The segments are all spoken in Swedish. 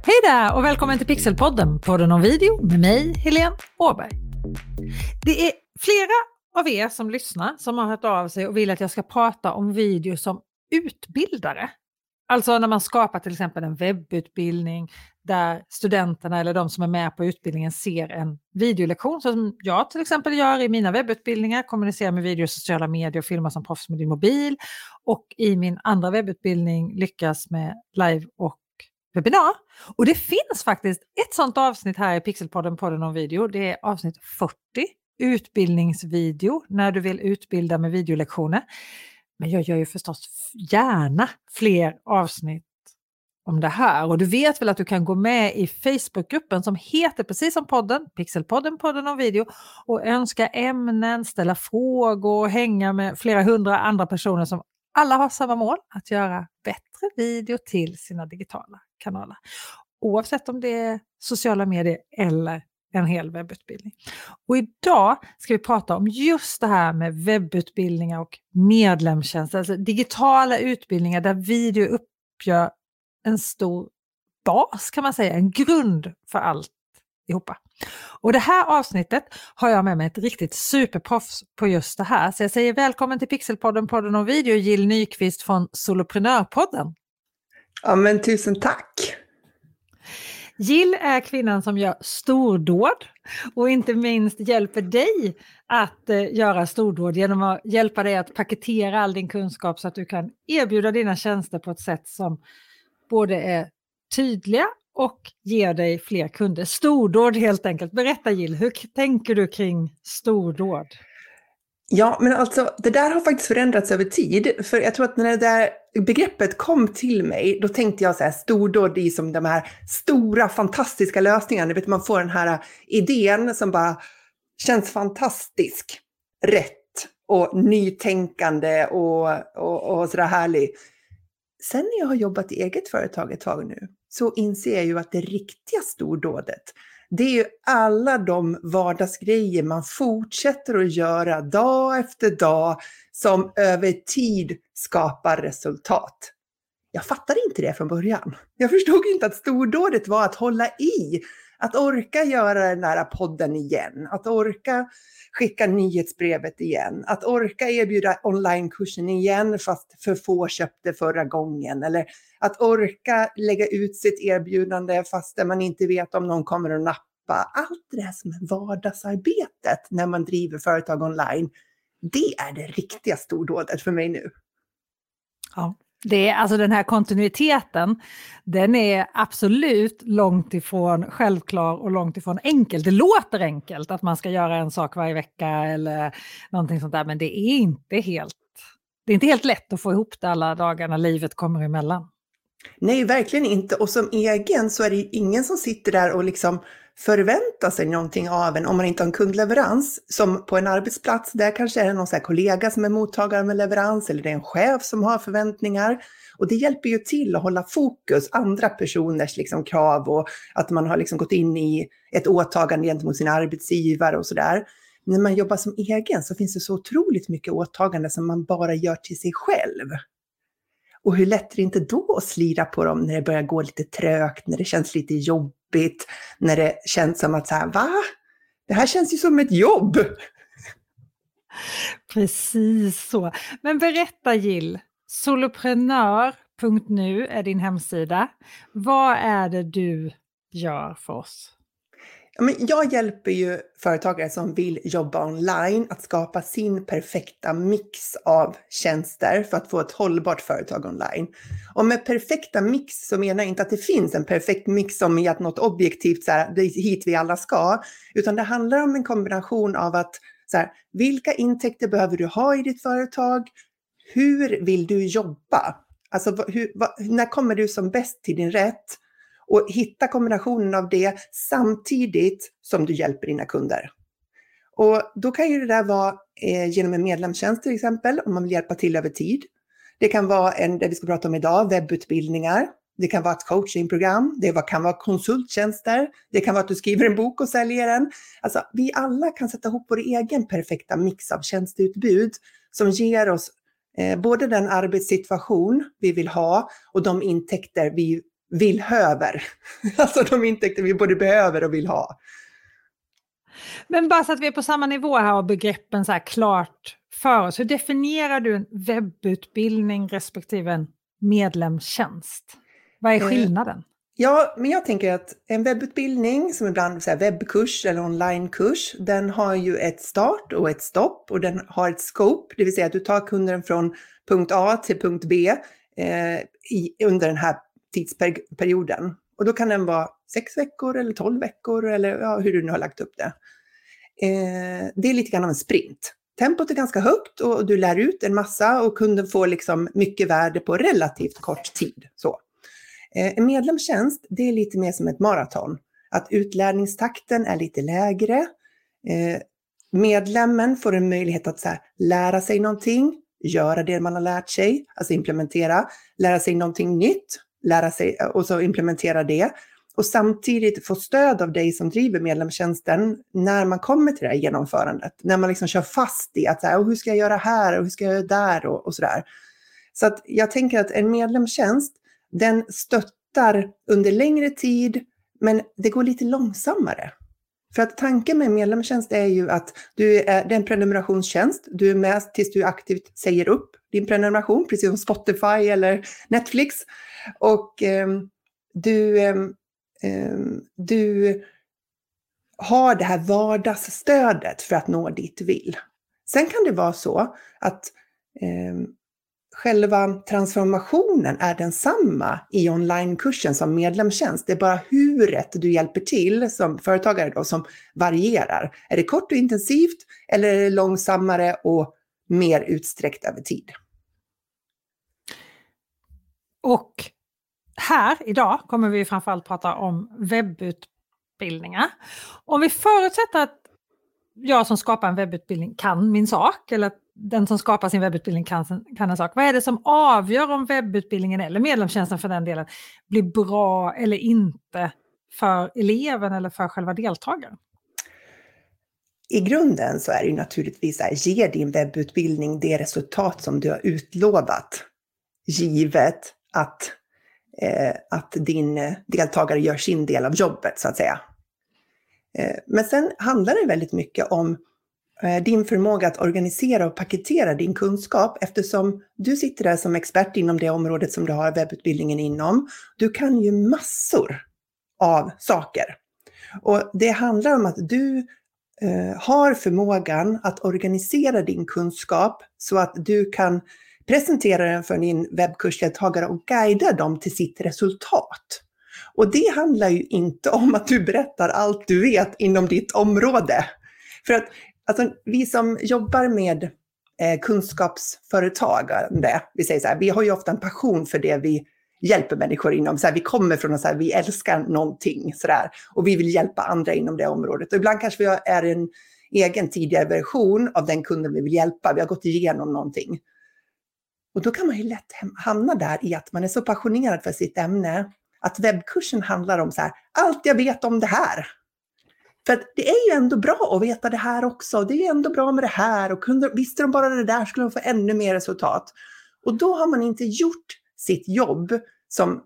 Hej där och välkommen till Pixelpodden, podden om video med mig, Helene Åberg. Det är flera av er som lyssnar som har hört av sig och vill att jag ska prata om video som utbildare. Alltså när man skapar till exempel en webbutbildning där studenterna eller de som är med på utbildningen ser en videolektion som jag till exempel gör i mina webbutbildningar, kommunicerar med video i sociala medier och filmar som proffs med din mobil, och i min andra webbutbildning lyckas med live och webbinar. Och det finns faktiskt ett sånt avsnitt här i Pixelpodden, podden om video. Det är avsnitt 40, utbildningsvideo, när du vill utbilda med videolektioner. Men jag gör ju förstås gärna fler avsnitt om det här. Och du vet väl att du kan gå med i Facebookgruppen som heter precis som podden, Pixelpodden, podden om video, och önska ämnen, ställa frågor och hänga med flera hundra andra personer som alla har samma mål, att göra bättre video till sina digitala kanaler. Oavsett om det är sociala medier eller en hel webbutbildning. Och idag ska vi prata om just det här med webbutbildningar och medlemstjänster. Alltså digitala utbildningar där video uppgör en stor bas, kan man säga. En grund för allt ihop. Och det här avsnittet har jag med mig ett riktigt superproffs på just det här. Så jag säger välkommen till Pixelpodden, podden om video, Jill Nyqvist från Soloprenörpodden. Ja, men tusen tack. Jill är kvinnan som gör stordåd och inte minst hjälper dig att göra stordåd genom att hjälpa dig att paketera all din kunskap så att du kan erbjuda dina tjänster på ett sätt som både är tydliga och ger dig fler kunder. Stordåd helt enkelt. Berätta Jill, hur tänker du kring stordåd? Ja, men alltså det där har faktiskt förändrats över tid. För jag tror att när det där begreppet kom till mig, då tänkte jag så här, stordåd är som de här stora fantastiska lösningarna. Du vet, man får den här idén som bara känns fantastisk, rätt och nytänkande och sådär härlig. Sen när jag har jobbat i eget företag ett tag nu så inser jag ju att det riktiga stordådet, det är ju alla de vardagsgrejer man fortsätter att göra dag efter dag som över tid skapar resultat. Jag fattade inte det från början. Jag förstod inte att stordådet var att hålla i, att orka göra den där podden igen, att orka skicka nyhetsbrevet igen, att orka erbjuda onlinekursen igen fast för få köpte förra gången, eller att orka lägga ut sitt erbjudande fast man inte vet om någon kommer att nappa. Allt det där som är vardagsarbetet när man driver företag online, det är det riktiga stordådet för mig nu. Ja. Det är, alltså den här kontinuiteten, den är absolut långt ifrån självklar och långt ifrån enkel. Det låter enkelt att man ska göra en sak varje vecka eller någonting sånt där, men det är inte helt lätt att få ihop det alla dagar när livet kommer emellan. Nej, verkligen inte. Och som egen så är det ju ingen som sitter där och liksom förväntar sig någonting av en om man inte har en kundleverans. Som på en arbetsplats, där kanske är det någon så här kollega som är mottagare med leverans eller det är en chef som har förväntningar. Och det hjälper ju till att hålla fokus, andra personers liksom krav och att man har liksom gått in i ett åtagande gentemot sin arbetsgivare och sådär. När man jobbar som egen så finns det så otroligt mycket åtagande som man bara gör till sig själv. Och hur lätt är det inte då att slira på dem när det börjar gå lite trögt, när det känns lite jobbigt, när det känns som att så här, va? Det här känns ju som ett jobb. Precis så. Men berätta Jill, soloprenör.nu är din hemsida. Vad är det du gör för oss? Ja, men jag hjälper ju företagare som vill jobba online att skapa sin perfekta mix av tjänster för att få ett hållbart företag online. Och med perfekta mix så menar jag inte att det finns en perfekt mix som är att något objektivt så här, det är hit vi alla ska. Utan det handlar om en kombination av att så här, vilka intäkter behöver du ha i ditt företag? Hur vill du jobba? Alltså när kommer du som bäst till din rätt? Och hitta kombinationen av det samtidigt som du hjälper dina kunder. Och då kan ju det där vara genom en medlemstjänst till exempel, om man vill hjälpa till över tid. Det kan vara det vi ska prata om idag, webbutbildningar. Det kan vara ett coachingprogram. Det kan vara konsulttjänster. Det kan vara att du skriver en bok och säljer den. Alltså vi alla kan sätta ihop vår egen perfekta mix av tjänsteutbud som ger oss både den arbetssituation vi vill ha och de intäkter vi höver. Alltså de intäkter vi både behöver och vill ha. Men bara så att vi är på samma nivå här och begreppen så här klart för oss. Hur definierar du en webbutbildning respektive en medlemstjänst? Vad är skillnaden? Ja, men jag tänker att en webbutbildning som ibland är webbkurs eller onlinekurs, den har ju ett start och ett stopp och den har ett scope, det vill säga att du tar kunden från punkt A till punkt B under den här tidsperioden. Och då kan den vara 6 veckor eller 12 veckor eller hur du nu har lagt upp det. Det är lite grann av en sprint. Tempot är ganska högt och du lär ut en massa och kunden får liksom mycket värde på relativt kort tid. Så. En medlemstjänst, det är lite mer som ett maraton. Att utlärningstakten är lite lägre. Medlemmen får en möjlighet att lära sig någonting, göra det man har lärt sig, alltså implementera, lära sig någonting nytt, lära sig och så implementera det. Och samtidigt få stöd av dig som driver medlemstjänsten när man kommer till det här genomförandet. När man liksom kör fast i att hur ska jag göra här och hur ska jag göra där och sådär. Så att jag tänker att en medlemstjänst, den stöttar under längre tid, men det går lite långsammare. För att tanken med medlemstjänst är ju att det är en prenumerationstjänst. Du är med tills du aktivt säger upp din prenumeration, precis som Spotify eller Netflix. Och du har det här vardagsstödet för att nå dit du vill. Sen kan det vara så att själva transformationen är densamma i onlinekursen som medlemstjänst. Det är bara huret du hjälper till som företagare då, som varierar. Är det kort och intensivt eller är det långsammare och mer utsträckt över tid? Och här idag kommer vi framförallt prata om webbutbildningar. Om vi förutsätter att jag som skapar en webbutbildning kan min sak, eller att den som skapar sin webbutbildning kan en sak. Vad är det som avgör om webbutbildningen eller medlemstjänsten för den delen blir bra eller inte för eleven eller för själva deltagaren? I grunden så är det ju naturligtvis ge din webbutbildning det resultat som du har utlovat, givet att din deltagare gör sin del av jobbet så att säga. Men sen handlar det väldigt mycket om din förmåga att organisera och paketera din kunskap, eftersom du sitter där som expert inom det området som du har webbutbildningen inom. Du kan ju massor av saker. Och det handlar om att du har förmågan att organisera din kunskap så att du kan presentera den för din webbkursdeltagare och guida dem till sitt resultat. Och det handlar ju inte om att du berättar allt du vet inom ditt område. För att alltså, vi som jobbar med kunskapsföretagande, vi säger så här, vi har ju ofta en passion för det vi hjälper människor inom. Så här, vi kommer från så här, vi älskar någonting så där, och vi vill hjälpa andra inom det området. Och ibland kanske vi är en egen tidigare version av den kunden vi vill hjälpa. Vi har gått igenom någonting. Och då kan man ju lätt hamna där i att man är så passionerad för sitt ämne att webbkursen handlar om så här, allt jag vet om det här. För att det är ju ändå bra att veta det här också. Det är ju ändå bra med det här. Och visste de bara det där skulle de få ännu mer resultat. Och då har man inte gjort sitt jobb som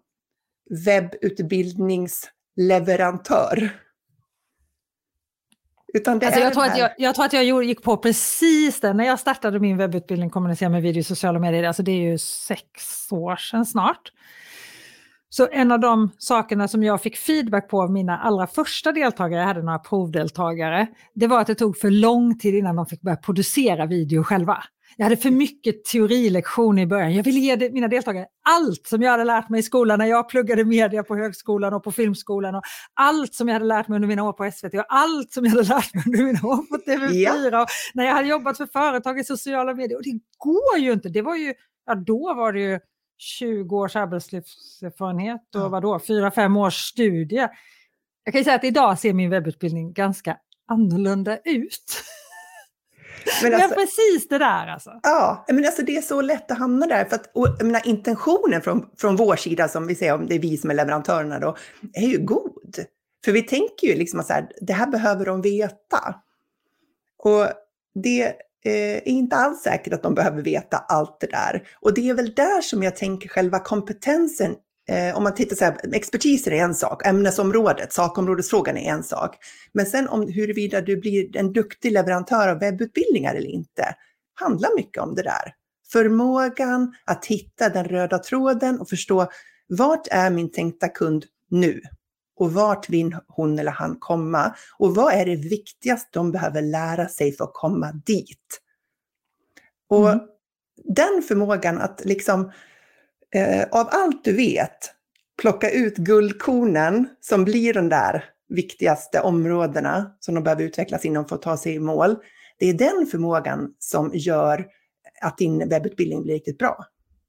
webbutbildningsleverantör. Utan det alltså är jag tror att jag gick på precis det. När jag startade min webbutbildning kommunicera med video i sociala medier. Alltså det är ju 6 år sedan snart. Så en av de sakerna som jag fick feedback på av mina allra första deltagare, jag hade några provdeltagare, det var att det tog för lång tid innan de fick börja producera video själva. Jag hade för mycket teorilektioner i början. Jag ville ge mina deltagare allt som jag hade lärt mig i skolan när jag pluggade media på högskolan och på filmskolan, och allt som jag hade lärt mig under mina år på SVT och allt som jag hade lärt mig under mina år på TV4 och när jag hade jobbat för företag i sociala medier. Och det går ju inte. Det var ju, då var det ju 20 års arbetslivserfarenhet och 4-5 års studie. Jag kan ju säga att idag ser min webbutbildning ganska annorlunda ut. Men precis det där alltså. Ja, men alltså det är så lätt att hamna där. För att, och, jag menar, intentionen från vår sida, som vi säger, om det är vi som är leverantörerna då, är ju god. För vi tänker ju liksom att så här, det här behöver de veta. Och det är inte alls säkert att de behöver veta allt det där. Och det är väl där som jag tänker själva kompetensen om man tittar så här, expertiser är en sak, ämnesområdet, sakområdesfrågan är en sak. Men sen om huruvida du blir en duktig leverantör av webbutbildningar eller inte, handlar mycket om det där. Förmågan att hitta den röda tråden och förstå vart är min tänkta kund nu? Och vart vill hon eller han komma? Och vad är det viktigaste de behöver lära sig för att komma dit? Och den förmågan att liksom av allt du vet plocka ut guldkornen som blir de där viktigaste områdena som de behöver utvecklas inom för att ta sig i mål. Det är den förmågan som gör att din webbutbildning blir riktigt bra.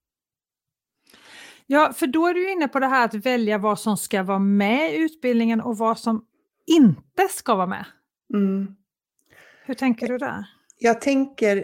Ja, för då är du inne på det här att välja vad som ska vara med i utbildningen och vad som inte ska vara med. Hur tänker du där? Jag tänker,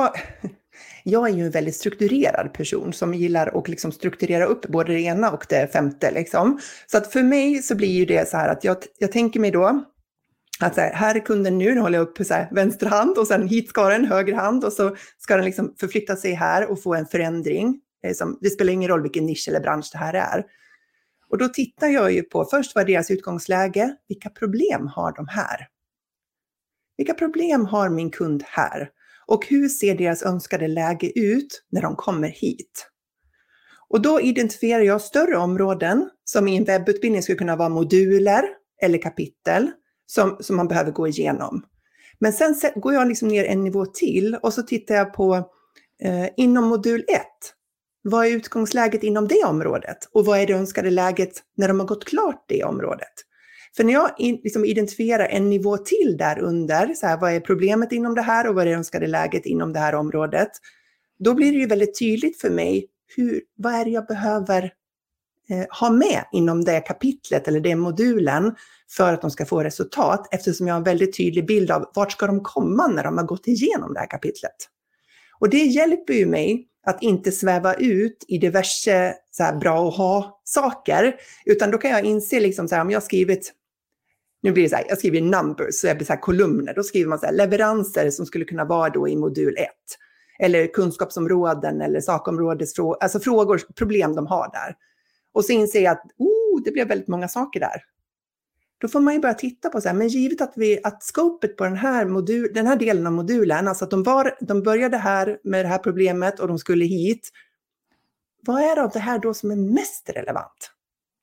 jag är ju en väldigt strukturerad person som gillar att liksom strukturera upp både det ena och det femte. Liksom. Så att för mig så blir ju det så här att jag tänker mig då att så här är kunden nu håller jag upp så här, vänster hand och sen hit ska den höger hand och så ska den liksom förflytta sig här och få en förändring. Det spelar ingen roll vilken nisch eller bransch det här är. Och då tittar jag ju på först vad är deras utgångsläge, vilka problem har de här? Vilka problem har min kund här? Och hur ser deras önskade läge ut när de kommer hit? Och då identifierar jag större områden som i en webbutbildning skulle kunna vara moduler eller kapitel som man behöver gå igenom. Men sen går jag liksom ner en nivå till och så tittar jag på inom modul 1. Vad är utgångsläget inom det området? Och vad är det önskade läget när de har gått klart det området? För när jag liksom identifierar en nivå till där under, så här, vad är problemet inom det här och vad är det önskade läget inom det här området? Då blir det ju väldigt tydligt för mig vad är det jag behöver ha med inom det kapitlet eller den modulen för att de ska få resultat, eftersom jag har en väldigt tydlig bild av vart ska de komma när de har gått igenom det här kapitlet. Och det hjälper ju mig att inte sväva ut i diverse så här, bra att ha saker, utan då kan jag inse liksom så här, om jag har skrivit, nu blir det så här, jag skriver numbers så det blir så här kolumner, då skriver man så här leveranser som skulle kunna vara då i modul 1 eller kunskapsområden eller sakområdesfrågor, alltså frågor, problem de har där. Och så inser jag att det blev väldigt många saker där. Då får man ju börja titta på så här, men givet att scopet på den här delen av modulen, alltså att de började här med det här problemet och de skulle hit. Vad är det av det här då som är mest relevant?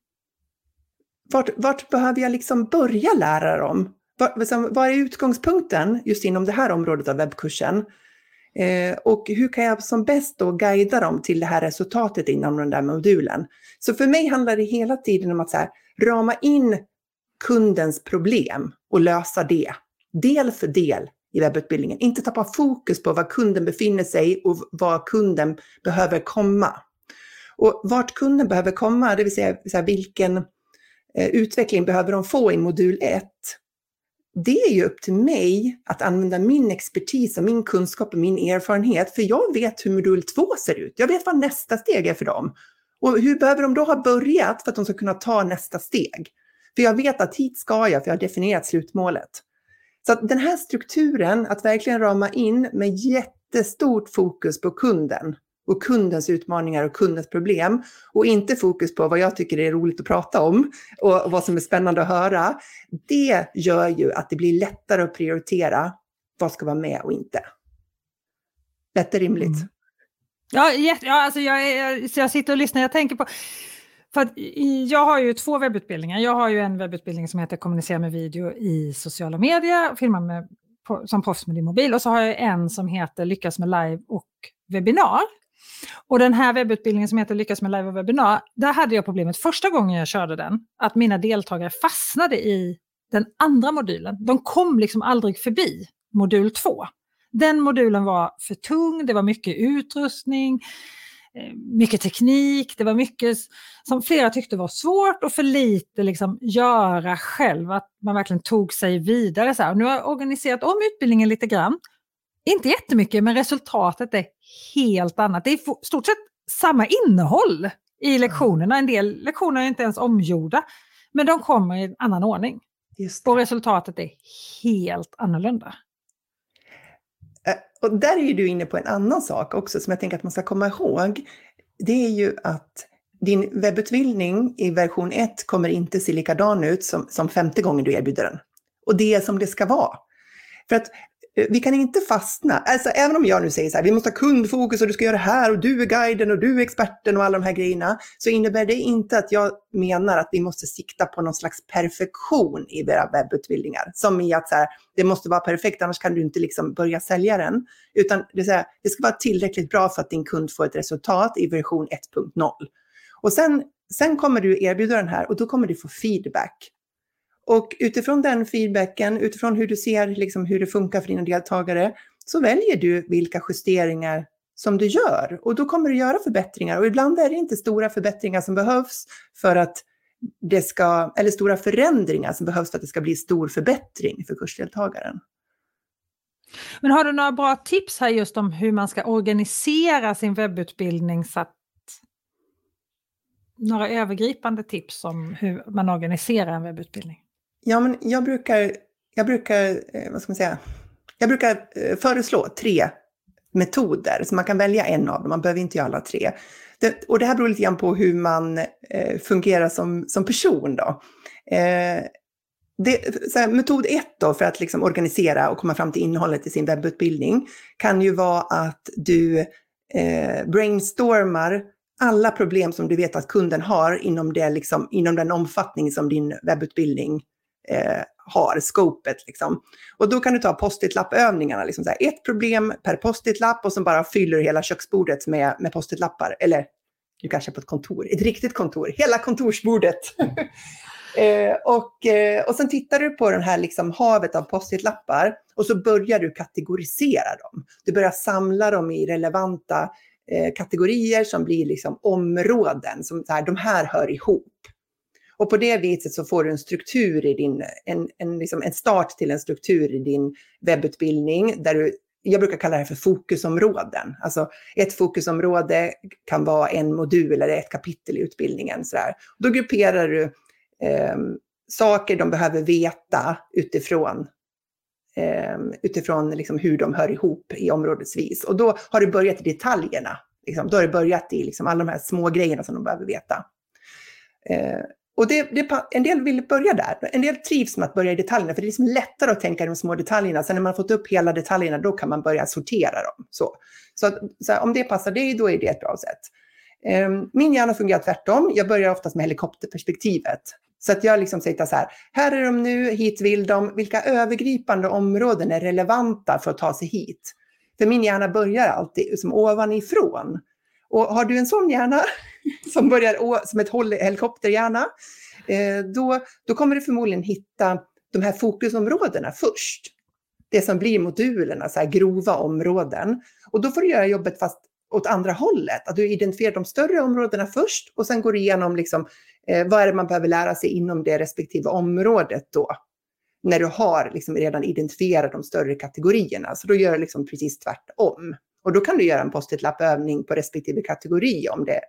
Vart behöver jag liksom börja lära dem? Vad är utgångspunkten just inom det här området av webbkursen? Och hur kan jag som bäst då guida dem till det här resultatet inom den där modulen? Så för mig handlar det hela tiden om att så här, rama in kundens problem och lösa det del för del i webbutbildningen. Inte tappa fokus på var kunden befinner sig och var kunden behöver komma. Och vart kunden behöver komma, det vill säga vilken utveckling behöver de få i modul 1. Det är ju upp till mig att använda min expertis och min kunskap och min erfarenhet. För jag vet hur modul 2 ser ut. Jag vet vad nästa steg är för dem. Och hur behöver de då ha börjat för att de ska kunna ta nästa steg? För jag vet att hit ska jag, för jag har definierat slutmålet. Så att den här strukturen, att verkligen rama in med jättestort fokus på kunden och kundens utmaningar och kundens problem och inte fokus på vad jag tycker är roligt att prata om och vad som är spännande att höra, det gör ju att det blir lättare att prioritera vad ska vara med och inte. Lätt och rimligt. Ja, alltså jag sitter och lyssnar, jag tänker på. För att jag har ju 2 webbutbildningar. Jag har ju en webbutbildning som heter Kommunicera med video i sociala medier, filma som proffs med din mobil. Och så har jag en som heter Lyckas med live och webbinar. Och den här webbutbildningen som heter Lyckas med live och webbinar, där hade jag problemet första gången jag körde den, att mina deltagare fastnade i den andra modulen. De kom liksom aldrig förbi modul 2. Den modulen var för tung, det var mycket utrustning, mycket teknik, det var mycket som flera tyckte var svårt och för lite liksom göra själv, att man verkligen tog sig vidare. Så här. Nu har jag organiserat om utbildningen lite grann, inte jättemycket, men resultatet är helt annat. Det är stort sett samma innehåll i lektionerna, en del lektioner är inte ens omgjorda, men de kommer i en annan ordning. Just det. Och resultatet är helt annorlunda. Och där är ju du inne på en annan sak också som jag tänker att man ska komma ihåg. Det är ju att din webbutbildning i version 1 kommer inte se likadan ut som 50 gånger du erbjuder den. Och det är som det ska vara. För att vi kan inte fastna, alltså även om jag nu säger så här, vi måste ha kundfokus och du ska göra det här och du är guiden och du är experten och alla de här grejerna, så innebär det inte att jag menar att vi måste sikta på någon slags perfektion i våra webbutbildningar. Som i att så här, det måste vara perfekt, annars kan du inte liksom börja sälja den. Utan det ska vara tillräckligt bra för att din kund får ett resultat i version 1.0. Och sen kommer du erbjuda den här och då kommer du få feedback. Och utifrån den feedbacken, utifrån hur du ser liksom hur det funkar för dina deltagare, så väljer du vilka justeringar som du gör. Och då kommer du göra förbättringar. Och ibland är det inte stora förbättringar som behövs för att det ska, eller stora förändringar som behövs för att det ska bli stor förbättring för kursdeltagaren. Men har du några bra tips här just om hur man ska organisera sin webbutbildning, så att några övergripande tips om hur man organiserar en webbutbildning? Ja, men jag brukar föreslå 3 metoder, så man kan välja en av dem, man behöver inte göra alla 3. Och det här beror lite grann på hur man fungerar som person då. Metod 1 då, för att liksom organisera och komma fram till innehållet i sin webbutbildning, kan ju vara att du brainstormar alla problem som du vet att kunden har inom den omfattning som din webbutbildning har, scopet liksom. Och då kan du ta post-it-lappövningarna, liksom så här, 1 problem per post-it-lapp och så bara fyller hela köksbordet med post-it-lappar. Eller du kanske är på ett kontor, ett riktigt kontor, hela kontorsbordet. Och sen tittar du på den här liksom havet av post-it-lappar och så börjar du kategorisera dem. Du börjar samla dem i relevanta kategorier som blir liksom områden som så här, de här hör ihop. Och på det viset så får du en struktur i din, en start till en struktur i din webbutbildning där jag brukar kalla det för fokusområden. Alltså ett fokusområde kan vara en modul eller ett kapitel i utbildningen. Så där. Då grupperar du saker de behöver veta utifrån liksom hur de hör ihop i områdesvis. Och då har du börjat i detaljerna. Liksom. Då har du börjat i liksom alla de här små grejerna som de behöver veta. Och en del vill börja där. En del trivs med att börja i detaljerna, för det är liksom lättare att tänka i de små detaljerna. Sen när man har fått upp hela detaljerna, då kan man börja sortera dem. Så om det passar dig, då är det ett bra sätt. Min hjärna fungerar tvärtom. Jag börjar oftast med helikopterperspektivet. Så att jag liksom säger så här är de nu, hit vill de. Vilka övergripande områden är relevanta för att ta sig hit? För min hjärna börjar alltid som ovanifrån. Och har du en sån hjärna som börjar som ett helikopterhjärna, då kommer du förmodligen hitta de här fokusområdena först. Det som blir modulerna, så här grova områden. Och då får du göra jobbet fast åt andra hållet. Att du identifierar de större områdena först och sen går du igenom liksom, vad är det man behöver lära sig inom det respektive området då. När du har liksom redan identifierat de större kategorierna. Så då gör du liksom precis tvärtom. Och då kan du göra en post-it-lappövning på respektive kategori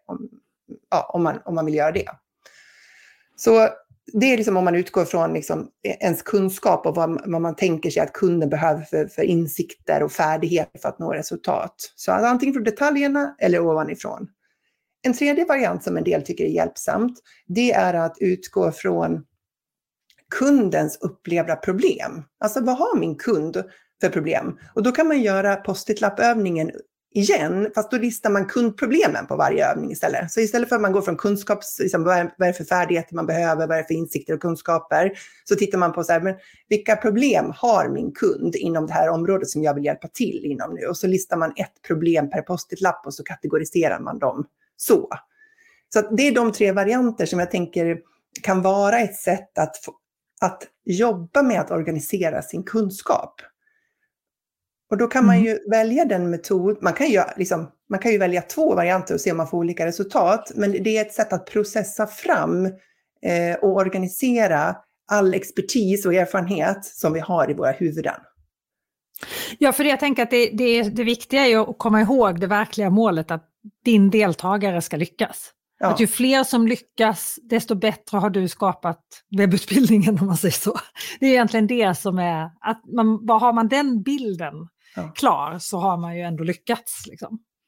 om man vill göra det. Så det är liksom om man utgår från liksom ens kunskap och vad man tänker sig att kunden behöver för insikter och färdigheter för att nå resultat. Så antingen från detaljerna eller ovanifrån. En tredje variant som en del tycker är hjälpsamt, det är att utgå från kundens upplevda problem. Alltså vad har min kund för problem? Och då kan man göra post-it-lappövningen igen, fast då listar man kundproblemen på varje övning istället. Så istället för att man går från kunskaps, liksom, vad är det för färdigheter man behöver, vad är det för insikter och kunskaper, så tittar man på så här, men vilka problem har min kund inom det här området som jag vill hjälpa till inom nu? Och så listar man ett problem per post-it-lapp och så kategoriserar man dem så. Så att det är de 3 varianter som jag tänker kan vara ett sätt att jobba med att organisera sin kunskap. Och då kan man ju välja den metod, man kan ju välja 2 varianter och se om man får olika resultat. Men det är ett sätt att processa fram och organisera all expertis och erfarenhet som vi har i våra huvuden. Ja, för jag tänker att det viktiga är att komma ihåg det verkliga målet, att din deltagare ska lyckas. Ja. Att ju fler som lyckas, desto bättre har du skapat webbutbildningen, om man säger så. Det är egentligen det som är, att har man den bilden klar, så har man ju ändå lyckats. Liksom.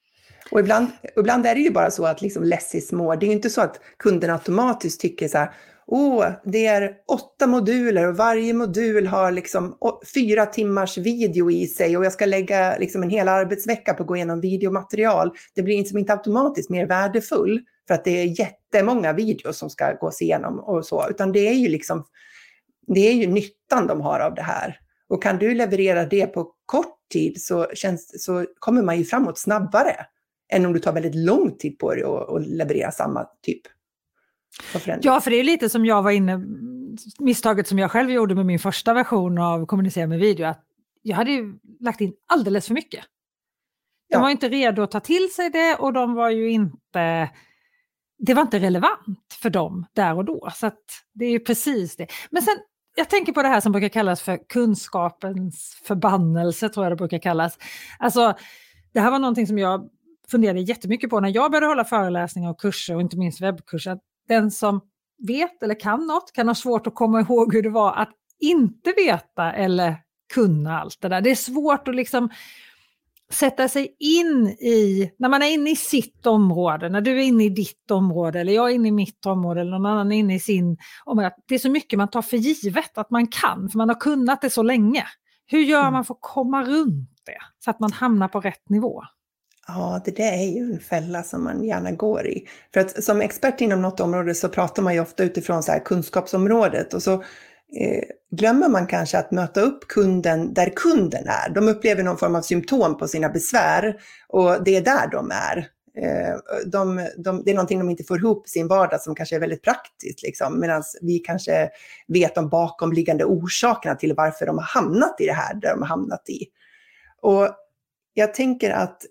Och ibland är det ju bara så att liksom less is more. Det är ju inte så att kunden automatiskt tycker så här, det är 8 moduler och varje modul har liksom 4 timmars video i sig och jag ska lägga liksom en hel arbetsvecka på att gå igenom videomaterial. Det blir liksom inte automatiskt mer värdefull för att det är jättemånga videos som ska gås igenom och så, utan det är ju liksom, det är ju nyttan de har av det här. Och kan du leverera det på kort tid så kommer man ju framåt snabbare än om du tar väldigt lång tid på det och leverera samma typ. Ja, för det är lite som jag var inne, misstaget som jag själv gjorde med min första version av Kommunicera med video, att jag hade ju lagt in alldeles för mycket. De var inte redo att ta till sig det och de var ju inte, det var inte relevant för dem där och då. Så att det är ju precis det. Men sen, jag tänker på det här som brukar kallas för kunskapens förbannelse, tror jag det brukar kallas. Alltså, det här var någonting som jag funderade jättemycket på när jag började hålla föreläsningar och kurser och inte minst webbkurser. Den som vet eller kan något kan ha svårt att komma ihåg hur det var att inte veta eller kunna allt det där. Det är svårt att liksom sätta sig in i, när man är inne i sitt område, när du är inne i ditt område eller jag är inne i mitt område eller någon annan är inne i sin område. Det är så mycket man tar för givet att man kan, för man har kunnat det så länge. Hur gör man för att komma runt det så att man hamnar på rätt nivå? Ja, det där är ju en fälla som man gärna går i. För att som expert inom något område så pratar man ju ofta utifrån så här kunskapsområdet och så glömmer man kanske att möta upp kunden där kunden är. De upplever någon form av symptom på sina besvär och det är där de är. Det är någonting de inte får ihop i sin vardag som kanske är väldigt praktiskt. Liksom, medan vi kanske vet de bakomliggande orsakerna till varför de har hamnat i det här där de har hamnat i. Och jag tänker att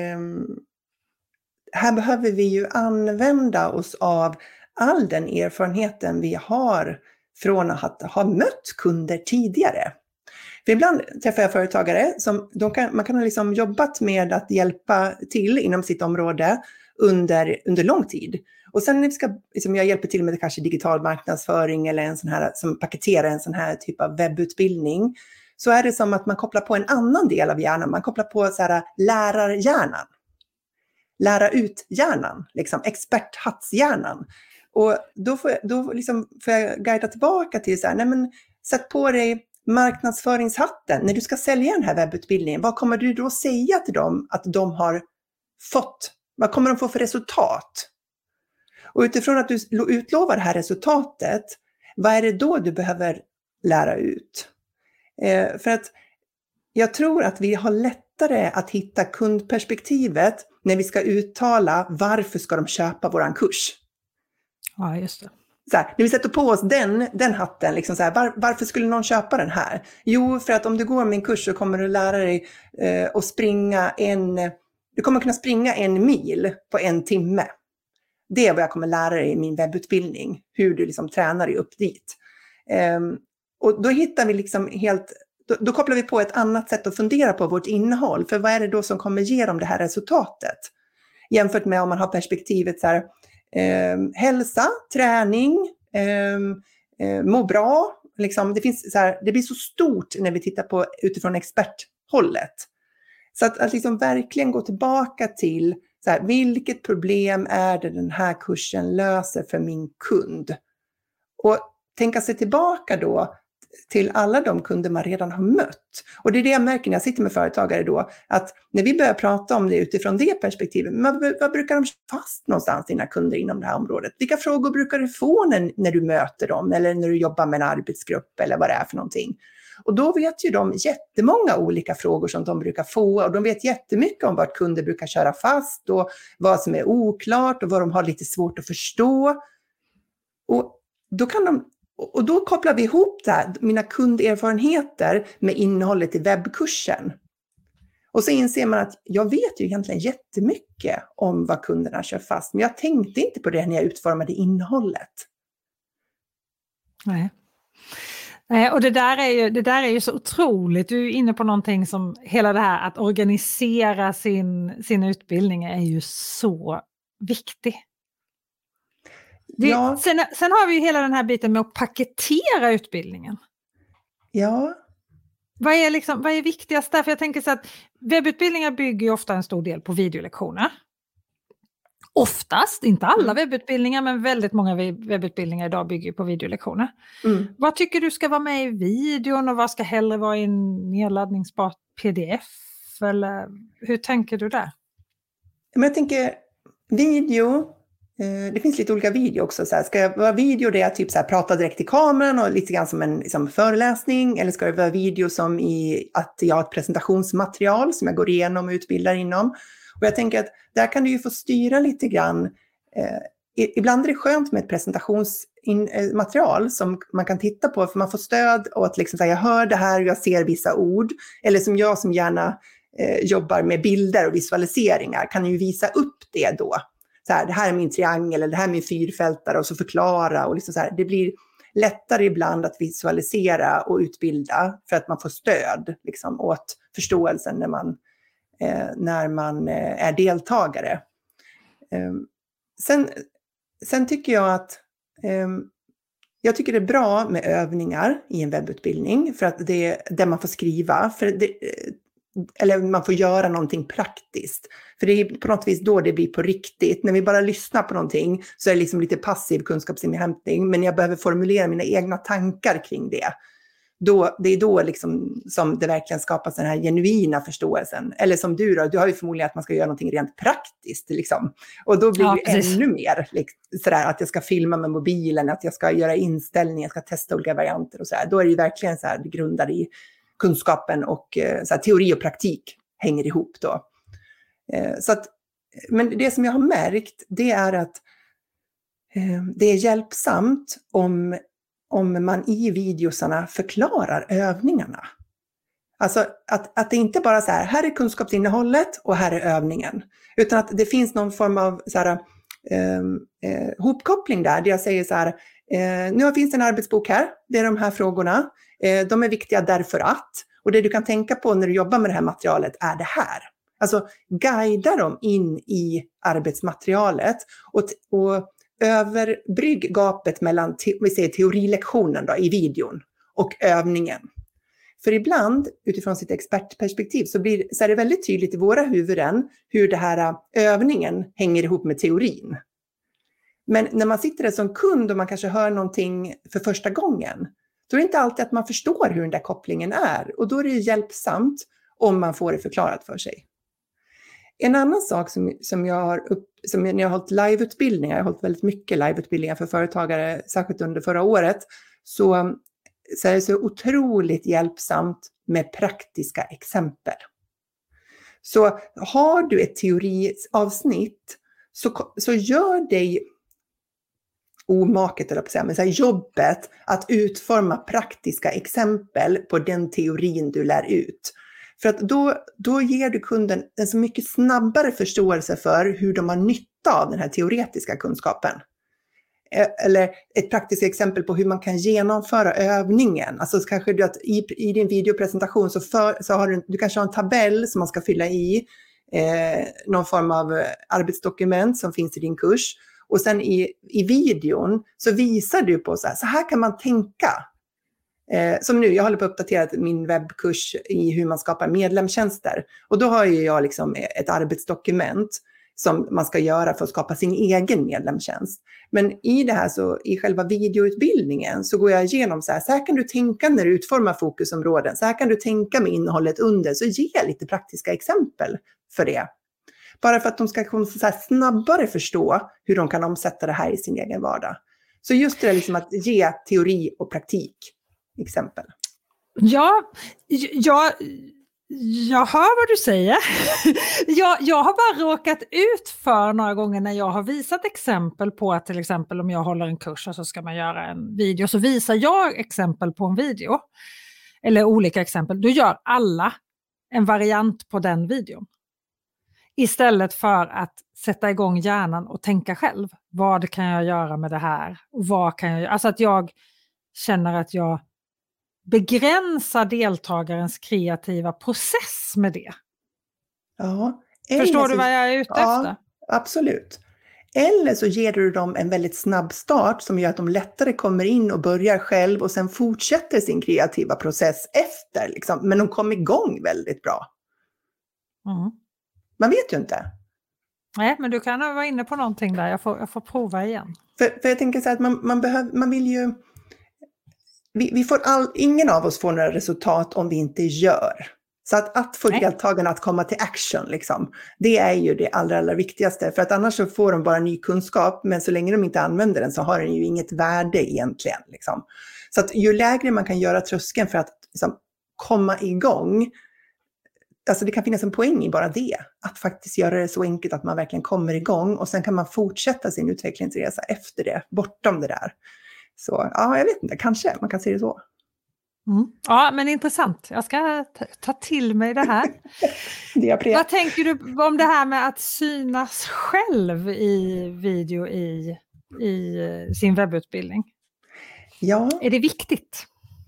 här behöver vi ju använda oss av all den erfarenheten vi har från att ha mött kunder tidigare. För ibland träffar jag företagare som man kan ha liksom jobbat med att hjälpa till inom sitt område under lång tid. Och sen när liksom jag hjälper till med kanske digital marknadsföring eller en sån här som paketerar en sån här typ av webbutbildning, så är det som att man kopplar på en annan del av hjärnan. Man kopplar på så här lärarhjärnan. Lära ut-hjärnan, liksom experthattshjärnan. Och då får jag guida tillbaka till så här, nej men sätt på dig marknadsföringshatten. När du ska sälja den här webbutbildningen, vad kommer du då säga till dem att de har fått? Vad kommer de få för resultat? Och utifrån att du utlovar det här resultatet, vad är det då du behöver lära ut? För att jag tror att vi har lättare att hitta kundperspektivet när vi ska uttala varför ska de köpa våran kurs. Ja, just det. Så här, när vi sätter på oss den hatten, liksom så här, varför skulle någon köpa den här? Jo, för att om du går min kurs så kommer du lära dig att springa du kommer kunna springa 1 mil på 1 timme. Det är vad jag kommer lära dig i min webbutbildning, hur du liksom tränar dig upp dit. Och då hittar vi liksom då kopplar vi på ett annat sätt att fundera på vårt innehåll. För vad är det då som kommer ge dem det här resultatet? Jämfört med om man har perspektivet så här, hälsa, träning, må bra. Liksom, det blir så stort när vi tittar på utifrån experthållet. Så att liksom verkligen gå tillbaka till så här, vilket problem är det den här kursen löser för min kund? Och tänka sig tillbaka då till alla de kunder man redan har mött. Och det är det jag märker när jag sitter med företagare då, att när vi börjar prata om det utifrån det perspektivet, vad brukar de fast någonstans, dina kunder inom det här området? Vilka frågor brukar du få när du möter dem eller när du jobbar med en arbetsgrupp eller vad det är för någonting? Och då vet ju de jättemånga olika frågor som de brukar få, och de vet jättemycket om vart kunder brukar köra fast och vad som är oklart och vad de har lite svårt att förstå. Och då kopplar vi ihop det här, mina kunderfarenheter med innehållet i webbkursen. Och så inser man att jag vet ju egentligen jättemycket om vad kunderna kör fast, men jag tänkte inte på det när jag utformade innehållet. Nej. Och det där är ju så otroligt. Du är inne på någonting som hela det här att organisera sin utbildning är ju så viktigt. Ja. Sen har vi ju hela den här biten med att paketera utbildningen. Ja. Vad är viktigast där? För jag tänker så att webbutbildningar bygger ju ofta en stor del på videolektioner. Oftast, inte alla webbutbildningar, men väldigt många webbutbildningar idag bygger på videolektioner. Vad tycker du ska vara med i videon och vad ska hellre vara i en nedladdningsbar pdf? Eller hur tänker du där? Men jag tänker video, det finns lite olika video också. Så här, ska det vara video där jag typ så här pratar direkt i kameran och lite grann som en liksom föreläsning? Eller ska det vara video som i att jag har ett presentationsmaterial som jag går igenom och utbildar inom? Och jag tänker att där kan du ju få styra lite grann. Ibland är det skönt med ett presentationsmaterial som man kan titta på för man får stöd och att liksom säga jag hör det här och jag ser vissa ord. Eller som jag som gärna jobbar med bilder och visualiseringar kan ju visa upp det då. Så här, det här är min triangel eller det här är min fyrfältare och så förklara. Och liksom så här, det blir lättare ibland att visualisera och utbilda för att man får stöd liksom, åt förståelsen när man är deltagare. Sen tycker jag att jag tycker det är bra med övningar i en webbutbildning för att det är där man får skriva eller man får göra någonting praktiskt. För det är på något vis då det blir på riktigt. När vi bara lyssnar på någonting så är det liksom lite passiv kunskapsinhämtning, men jag behöver formulera mina egna tankar kring det. Det är då liksom som det verkligen skapas den här genuina förståelsen. Eller som du har ju förmodligen att man ska göra någonting rent praktiskt. Liksom. Och då blir det ännu mer liksom, sådär, att jag ska filma med mobilen, att jag ska göra inställningar, jag ska testa olika varianter och sådär. Då är det ju verkligen så här, det grundar i kunskapen och så här, teori och praktik hänger ihop då. Så att, men det som jag har märkt det är att det är hjälpsamt om man i videosarna förklarar övningarna. Alltså att det inte bara så här är kunskapsinnehållet och här är övningen. Utan att det finns någon form av så här, hopkoppling där jag säger så här, nu finns det en arbetsbok här, det är de här frågorna. De är viktiga därför att, och det du kan tänka på när du jobbar med det här materialet är det här. Alltså guida dem in i arbetsmaterialet och överbrygg gapet mellan teorilektionen då, i videon och övningen. För ibland, utifrån sitt expertperspektiv, så är det väldigt tydligt i våra huvuden hur det här övningen hänger ihop med teorin. Men när man sitter där som kund och man kanske hör någonting för första gången, då är det inte alltid att man förstår hur den där kopplingen är. Och då är det hjälpsamt om man får det förklarat för sig. En annan sak som när jag har hållit liveutbildningar, jag har hållit väldigt mycket liveutbildningar för företagare, särskilt under förra året, så är det så otroligt hjälpsamt med praktiska exempel. Så har du ett teoriavsnitt så gör dig omaket, eller på men så här, jobbet att utforma praktiska exempel på den teorin du lär ut. För att då ger du kunden en så mycket snabbare förståelse för hur de har nytta av den här teoretiska kunskapen. Eller ett praktiskt exempel på hur man kan genomföra övningen. Alltså kanske du att i din videopresentation så har du kanske har en tabell som man ska fylla i. Någon form av arbetsdokument som finns i din kurs. Och sen i videon så visar du på så här kan man tänka. Som nu, jag håller på att uppdatera min webbkurs i hur man skapar medlemstjänster. Och då har ju jag liksom ett arbetsdokument som man ska göra för att skapa sin egen medlemstjänst. Men i det här så i själva videoutbildningen så går jag igenom så här kan du tänka när du utformar fokusområden. Så här kan du tänka med innehållet under. Så ge lite praktiska exempel för det. Bara för att de ska kunna så här snabbare förstå hur de kan omsätta det här i sin egen vardag. Så just det där liksom att ge teori och praktik exempel. Ja, jag hör vad du säger. Jag har bara råkat ut för några gånger när jag har visat exempel på att till exempel om jag håller en kurs och så ska man göra en video, så visar jag exempel på en video eller olika exempel. Då gör alla en variant på den videon. Istället för att sätta igång hjärnan och tänka själv. Vad kan jag göra med det här? Och vad kan jag göra? Alltså att jag känner att jag begränsar deltagarens kreativa process med det. Ja. Förstår du vad jag är ute efter? Ja, absolut. Eller så ger du dem en väldigt snabb start som gör att de lättare kommer in och börjar själv och sen fortsätter sin kreativa process efter. Liksom. Men de kommer igång väldigt bra. Mm. Man vet ju inte. Nej, men du kan vara inne på någonting där. Jag får prova igen. För jag tänker så här att man vill ju... ingen av oss får några resultat om vi inte gör. Så att få deltagarna att komma till action, liksom, det är ju det allra viktigaste. För att annars så får de bara ny kunskap, men så länge de inte använder den så har den ju inget värde egentligen. Liksom. Så att ju lägre man kan göra tröskeln för att liksom, komma igång, alltså det kan finnas en poäng i bara det. Att faktiskt göra det så enkelt att man verkligen kommer igång, och sen kan man fortsätta sin utvecklingsresa efter det, bortom det där. Så ja, jag vet inte, kanske man kan se det så. Ja, men intressant. Jag ska ta till mig det här. Vad tänker du om det här med att synas själv i video i sin webbutbildning? Ja. Är det viktigt?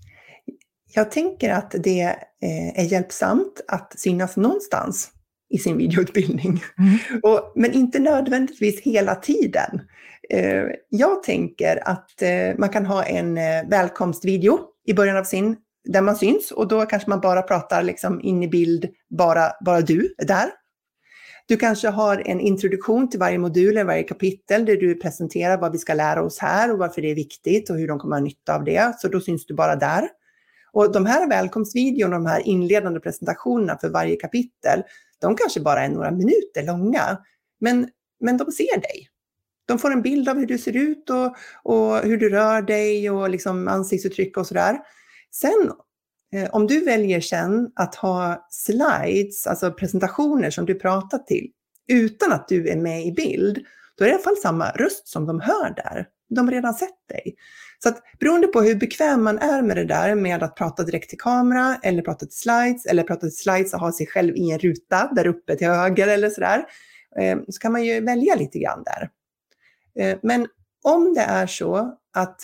Jag tänker att det är hjälpsamt att synas någonstans i sin videoutbildning. Men inte nödvändigtvis hela tiden. Jag tänker att man kan ha en välkomstvideo i början av där man syns, och då kanske man bara pratar liksom in i bild, bara du är där. Du kanske har en introduktion till varje modul eller varje kapitel där du presenterar vad vi ska lära oss här och varför det är viktigt och hur de kommer att ha nytta av det. Så då syns du bara där. Och de här välkomstvideorna, de här inledande presentationerna för varje kapitel, de kanske bara är några minuter långa, men de ser dig. De får en bild av hur du ser ut och hur du rör dig och liksom ansiktsuttryck och sådär. Sen, om du väljer sen att ha slides, alltså presentationer som du pratar till, utan att du är med i bild, då är det i alla fall samma röst som de hör där. De har redan sett dig. Så att beroende på hur bekväm man är med det där, med att prata direkt till kamera, eller prata till slides, eller prata till slides och ha sig själv i en ruta där uppe till höger eller sådär, så kan man ju välja lite grann där. Men om det är så att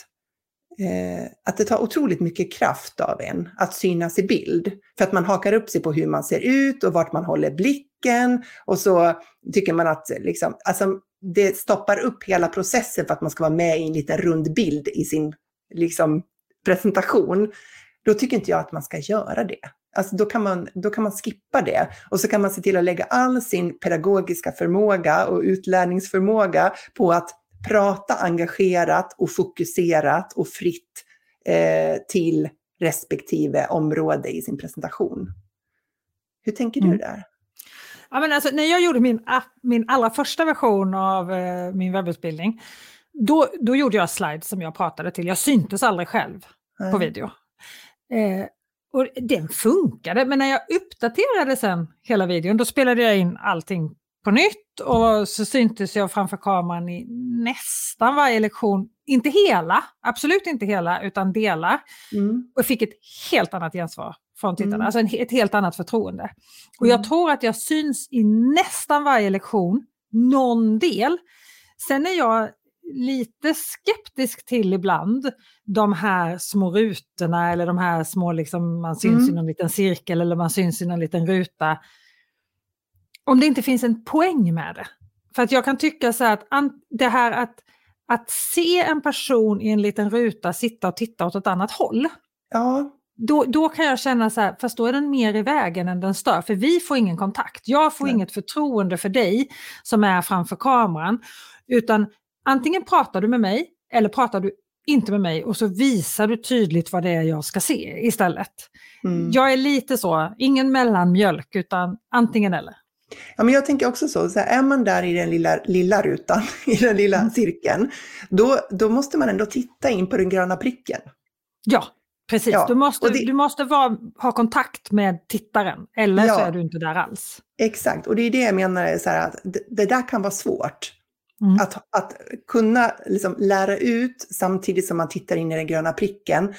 det tar otroligt mycket kraft av en att synas i bild, för att man hakar upp sig på hur man ser ut och vart man håller blicken, och så tycker man att liksom, alltså, det stoppar upp hela processen för att man ska vara med i en liten rund bild i sin liksom, presentation, då tycker inte jag att man ska göra det. Alltså, då kan man skippa det, och så kan man se till att lägga all sin pedagogiska förmåga och utlärningsförmåga på att prata engagerat och fokuserat och fritt till respektive område i sin presentation. Hur tänker du där? Ja, men alltså, när jag gjorde min allra första version av min webbutbildning, då gjorde jag slides som jag pratade till. Jag syntes aldrig själv på video. Och den funkade, men när jag uppdaterade sen hela videon, då spelade jag in allting på nytt, och så syntes jag framför kameran i nästan varje lektion. Inte hela, absolut inte hela, utan delar. Och fick ett helt annat gensvar från tittarna, alltså ett helt annat förtroende. Och jag tror att jag syns i nästan varje lektion, någon del. Sen är jag lite skeptisk till ibland de här små rutorna, eller de här små, liksom, man syns i någon liten cirkel, eller man syns i någon liten ruta. Om det inte finns en poäng med det. För att jag kan tycka så här att det här att se en person i en liten ruta sitta och titta åt ett annat håll. Ja. Då kan jag känna så här, fast då är den mer i vägen än den stör. För vi får ingen kontakt. Jag får inget förtroende för dig som är framför kameran. Utan antingen pratar du med mig eller pratar du inte med mig, och så visar du tydligt vad det är jag ska se istället. Jag är lite så, ingen mellanmjölk, utan antingen eller. Ja, men jag tänker också så är man där i den lilla rutan, i den lilla cirkeln, då måste man ändå titta in på den gröna pricken. Ja, precis. Ja, du måste ha kontakt med tittaren, eller så är du inte där alls. Exakt, och det är det jag menar, så här, att det där kan vara svårt. Att kunna liksom lära ut samtidigt som man tittar in i den gröna pricken.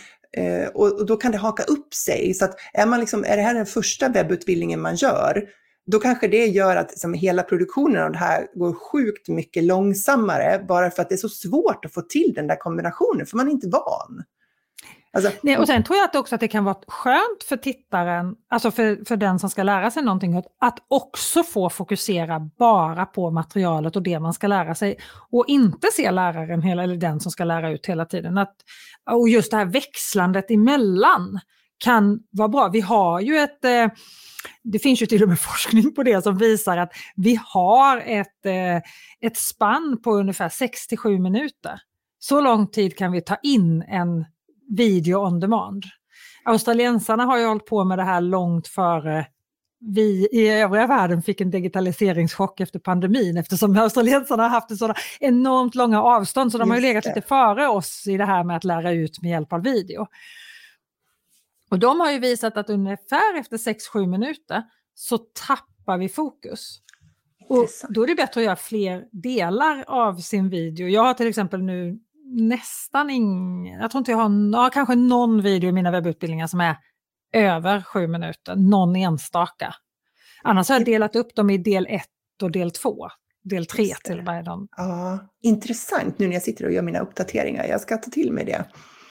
Och då kan det haka upp sig. Så att är det här den första webbutbildningen man gör, då kanske det gör att liksom, hela produktionen av det här går sjukt mycket långsammare, bara för att det är så svårt att få till den där kombinationen, för man är inte van. Alltså, nej, och sen tror jag också att det kan vara skönt för tittaren, alltså för den som ska lära sig någonting, att också få fokusera bara på materialet och det man ska lära sig, och inte se läraren eller den som ska lära ut hela tiden. Och just det här växlandet emellan kan vara bra. Vi har ju det finns ju till och med forskning på det som visar att vi har ett spann på ungefär 6-7 minuter. Så lång tid kan vi ta in en video on demand. Australiensarna har ju hållit på med det här långt före vi i övriga världen fick en digitaliseringschock efter pandemin, eftersom australiensarna har haft sådana enormt långa avstånd, så de har ju legat lite före oss i det här med att lära ut med hjälp av video. Och de har ju visat att ungefär efter 6-7 minuter så tappar vi fokus. Och då är det bättre att göra fler delar av sin video. Jag har till exempel nu nästan jag tror inte jag har kanske någon video i mina webbutbildningar som är över 7 minuter, någon enstaka. Annars har jag delat upp dem i del 1 och del 2, del 3 till och med. Ja, intressant nu när jag sitter och gör mina uppdateringar. Jag ska ta till mig det.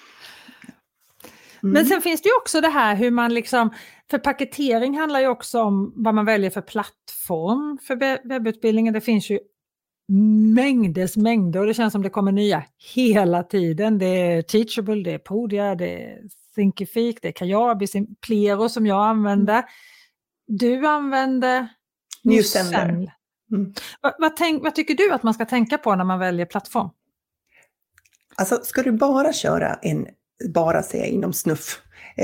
Men sen finns det ju också det här hur man liksom, för paketering handlar ju också om vad man väljer för plattform för webbutbildningen. Det finns ju mängder och det känns som det kommer nya hela tiden. Det är Teachable, det är Podia, det är Thinkific, det är Kajabi, Simplero som jag använder. Du använder Newsender. Vad tycker du att man ska tänka på när man väljer plattform? Alltså, ska du bara köra säga inom snuff.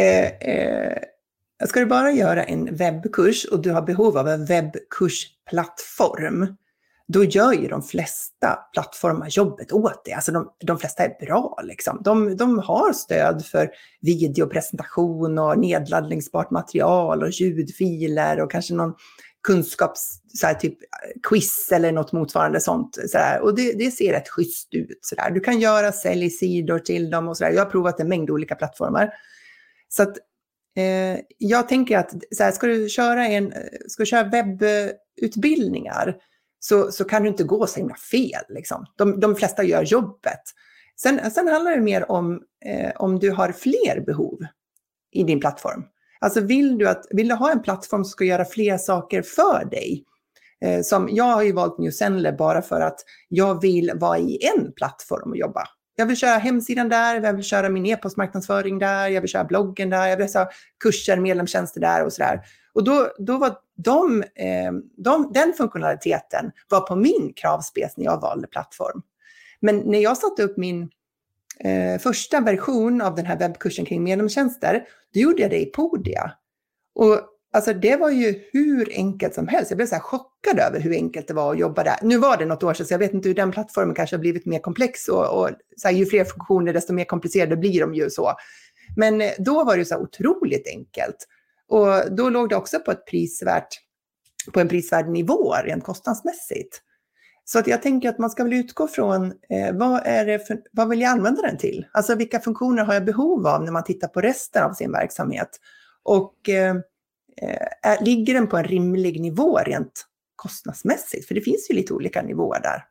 Ska du bara göra en webbkurs och du har behov av en webbkursplattform, då gör ju de flesta plattformar jobbet åt det. Alltså de flesta är bra liksom. De har stöd för videopresentation och nedladdningsbart material och ljudfiler och kanske någon typ quiz eller något motsvarande sånt. Och det ser rätt schysst ut. Du kan göra säljsidor till dem och sådär. Jag har provat en mängd olika plattformar. Så att jag tänker att ska du köra webbutbildningar så kan du inte gå så himla fel. Liksom. De flesta gör jobbet. Sen handlar det mer om du har fler behov i din plattform. Alltså vill du ha en plattform som ska göra fler saker för dig? Som jag har ju valt Newsender bara för att jag vill vara i en plattform och jobba. Jag vill köra hemsidan där, jag vill köra min e-postmarknadsföring där, jag vill köra bloggen där, jag vill köra kurser, medlemstjänster där och sådär. Och då var den funktionaliteten var på min kravspec när jag valde plattform. Men när jag satte upp min första version av den här webbkursen kring medlemstjänster, då gjorde jag det i Podia. Och alltså det var ju hur enkelt som helst. Jag blev så här chockad över hur enkelt det var att jobba där. Nu var det något år sedan, så jag vet inte hur den plattformen kanske har blivit mer komplex. Och så här, ju fler funktioner, desto mer komplicerade blir de ju så. Men då var det så här otroligt enkelt. Och då låg det också på en prisvärd nivå rent kostnadsmässigt. Så att jag tänker att man ska väl utgå från vad vill jag använda den till? Alltså vilka funktioner har jag behov av när man tittar på resten av sin verksamhet? Och ligger den på en rimlig nivå rent kostnadsmässigt? För det finns ju lite olika nivåer där.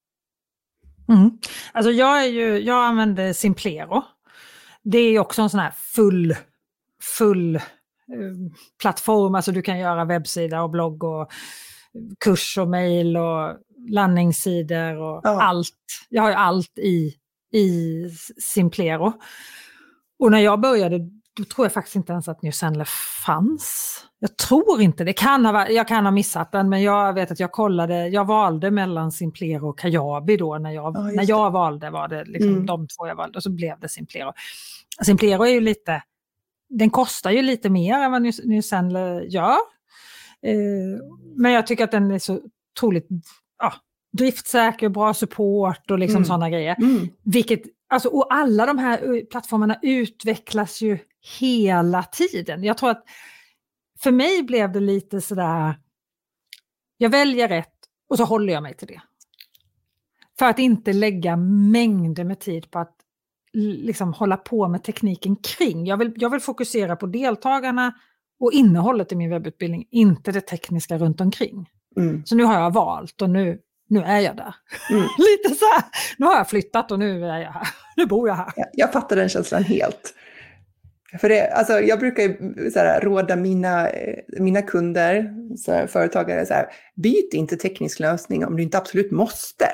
Alltså jag använder Simplero. Det är ju också en sån här full plattform. Alltså du kan göra webbsida och blogg och kurs och mejl och landningssidor och allt. Jag har ju allt i Simplero. Och när jag började, då tror jag faktiskt inte ens att Newsender fanns. Jag tror inte det. Jag kan ha missat den, men jag vet att jag valde mellan Simplero och Kajabi då. När jag valde var det liksom de två jag valde, och så blev det Simplero. Simplero är ju den kostar ju lite mer än vad Newsender gör. Men jag tycker att den är så otroligt driftsäker, bra support och liksom sådana grejer. Vilket, alltså, och alla de här plattformarna utvecklas ju hela tiden. Jag tror att för mig blev det lite sådär, jag väljer rätt och så håller jag mig till det. För att inte lägga mängder med tid på att liksom hålla på med tekniken kring. Jag vill fokusera på deltagarna och innehållet i min webbutbildning, inte det tekniska runt omkring. Så nu har jag valt och nu är jag där. Lite så här, nu har jag flyttat och nu är jag här. Nu bor jag här. Jag fattar den känslan helt. För jag brukar ju så här, råda mina kunder, så här, företagare, så här, byt inte teknisk lösning om du inte absolut måste.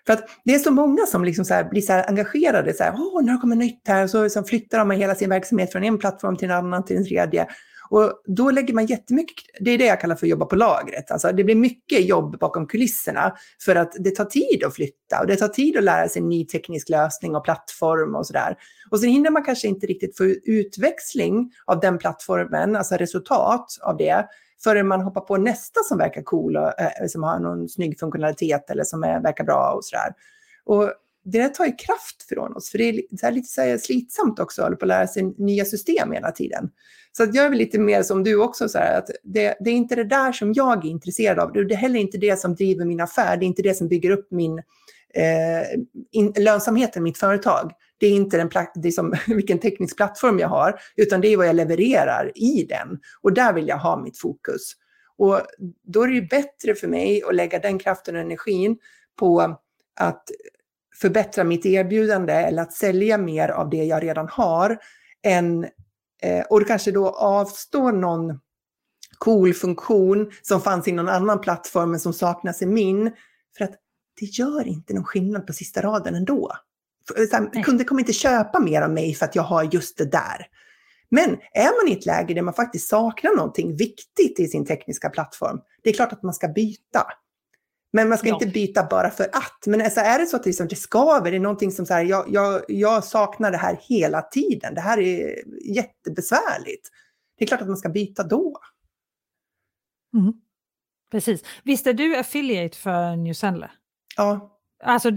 För att det är så många som liksom så här blir så här engagerade, så här, när det kommer nytt här, så liksom flyttar de hela sin verksamhet från en plattform till en annan, till en tredje. Och då lägger man jättemycket, det är det jag kallar för att jobba på lagret. Alltså det blir mycket jobb bakom kulisserna för att det tar tid att flytta och det tar tid att lära sig en ny teknisk lösning och plattform och sådär. Och sen hinner man kanske inte riktigt få utväxling av den plattformen, alltså resultat av det, förrän man hoppar på nästa som verkar cool och som har någon snygg funktionalitet eller som verkar bra och sådär. Och det där tar ju kraft från oss, för det är så här lite så här slitsamt också att lära sig nya system hela tiden. Så att jag är väl lite mer som du också, så här, att det är inte det där som jag är intresserad av. Det är heller inte det som driver min affär. Det är inte det som bygger upp min lönsamheten i mitt företag. Det är inte det är som vilken teknisk plattform jag har, utan det är vad jag levererar i den. Och där vill jag ha mitt fokus. Och då är det ju bättre för mig att lägga den kraften och energin på att förbättra mitt erbjudande eller att sälja mer av det jag redan har och kanske då avstå någon cool funktion som fanns i någon annan plattform men som saknas i min, för att det gör inte någon skillnad på sista raden ändå. Kunder kommer inte köpa mer av mig för att jag har just det där. Men är man i ett läge där man faktiskt saknar någonting viktigt i sin tekniska plattform, det är klart att man ska byta. Men man ska inte byta bara för att. Men alltså, är det så att det skaver, det är någonting som så här, jag saknar det här hela tiden. Det här är jättebesvärligt. Det är klart att man ska byta då. Mm. Precis. Visst är du affiliate för New Zenler? Ja. Alltså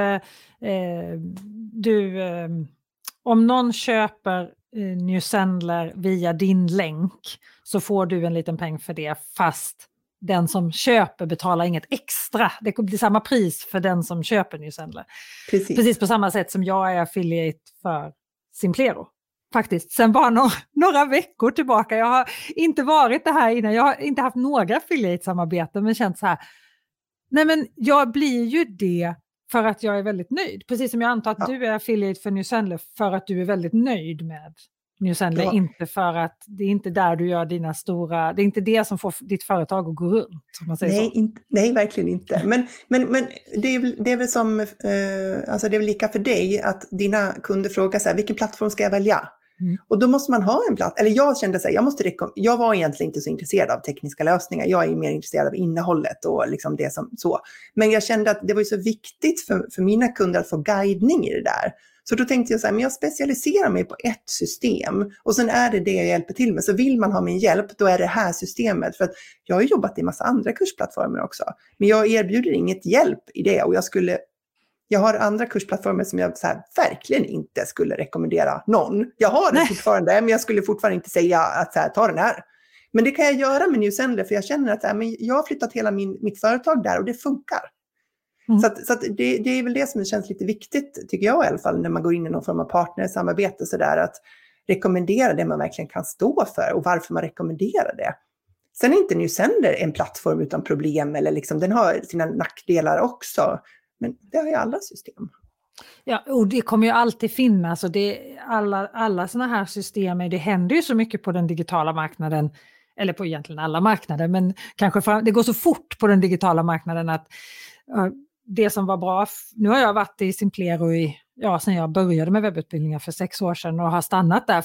om någon köper New Zenler via din länk så får du en liten peng för det, fast den som köper betalar inget extra. Det blir samma pris för den som köper New Zenler. Precis på samma sätt som jag är affiliate för Simplero. Faktiskt, sen bara några veckor tillbaka. Jag har inte varit det här innan. Jag har inte haft några affiliate-samarbeten, men känt så här. Nej, men jag blir ju det för att jag är väldigt nöjd. Precis som jag antar att du är affiliate för New Zenler för att du är väldigt nöjd med New Zenler. Ja. Inte för att det är inte där du gör dina stora... Det är inte det som får ditt företag att gå runt. Om man säger nej, verkligen inte. Men det är väl som... alltså det är väl lika för dig att dina kunder frågar så här, vilken plattform ska jag välja? Mm. Och då måste man ha en plattform. Eller jag kände så här, jag var egentligen inte så intresserad av tekniska lösningar. Jag är mer intresserad av innehållet och liksom det som så. Men jag kände att det var ju så viktigt för mina kunder att få guidning i det där. Så då tänkte jag så här, men jag specialiserar mig på ett system. Och sen är det jag hjälper till med. Så vill man ha min hjälp, då är det här systemet. För att jag har jobbat i en massa andra kursplattformar också. Men jag erbjuder inget hjälp i det. Och jag har andra kursplattformar som jag så här, verkligen inte skulle rekommendera någon. Jag har det fortfarande, men jag skulle fortfarande inte säga att så här, ta den här. Men det kan jag göra med New Zenler, för jag känner att så här, men jag har flyttat hela mitt företag där och det funkar. Mm. Så att det är väl det som känns lite viktigt, tycker jag i alla fall, när man går in i någon form av partnersamarbete så där, att rekommendera det man verkligen kan stå för och varför man rekommenderar det. Sen är inte New Zenler en plattform utan problem, eller liksom, den har sina nackdelar också. Men det har ju alla system. Ja, och det kommer ju alltid finnas. Och alla sådana här system, det händer ju så mycket på den digitala marknaden. Eller på egentligen alla marknader. Men kanske det går så fort på den digitala marknaden att det som var bra. Nu har jag varit i Simplero sen jag började med webbutbildningar för 6 år sedan. Och har stannat där.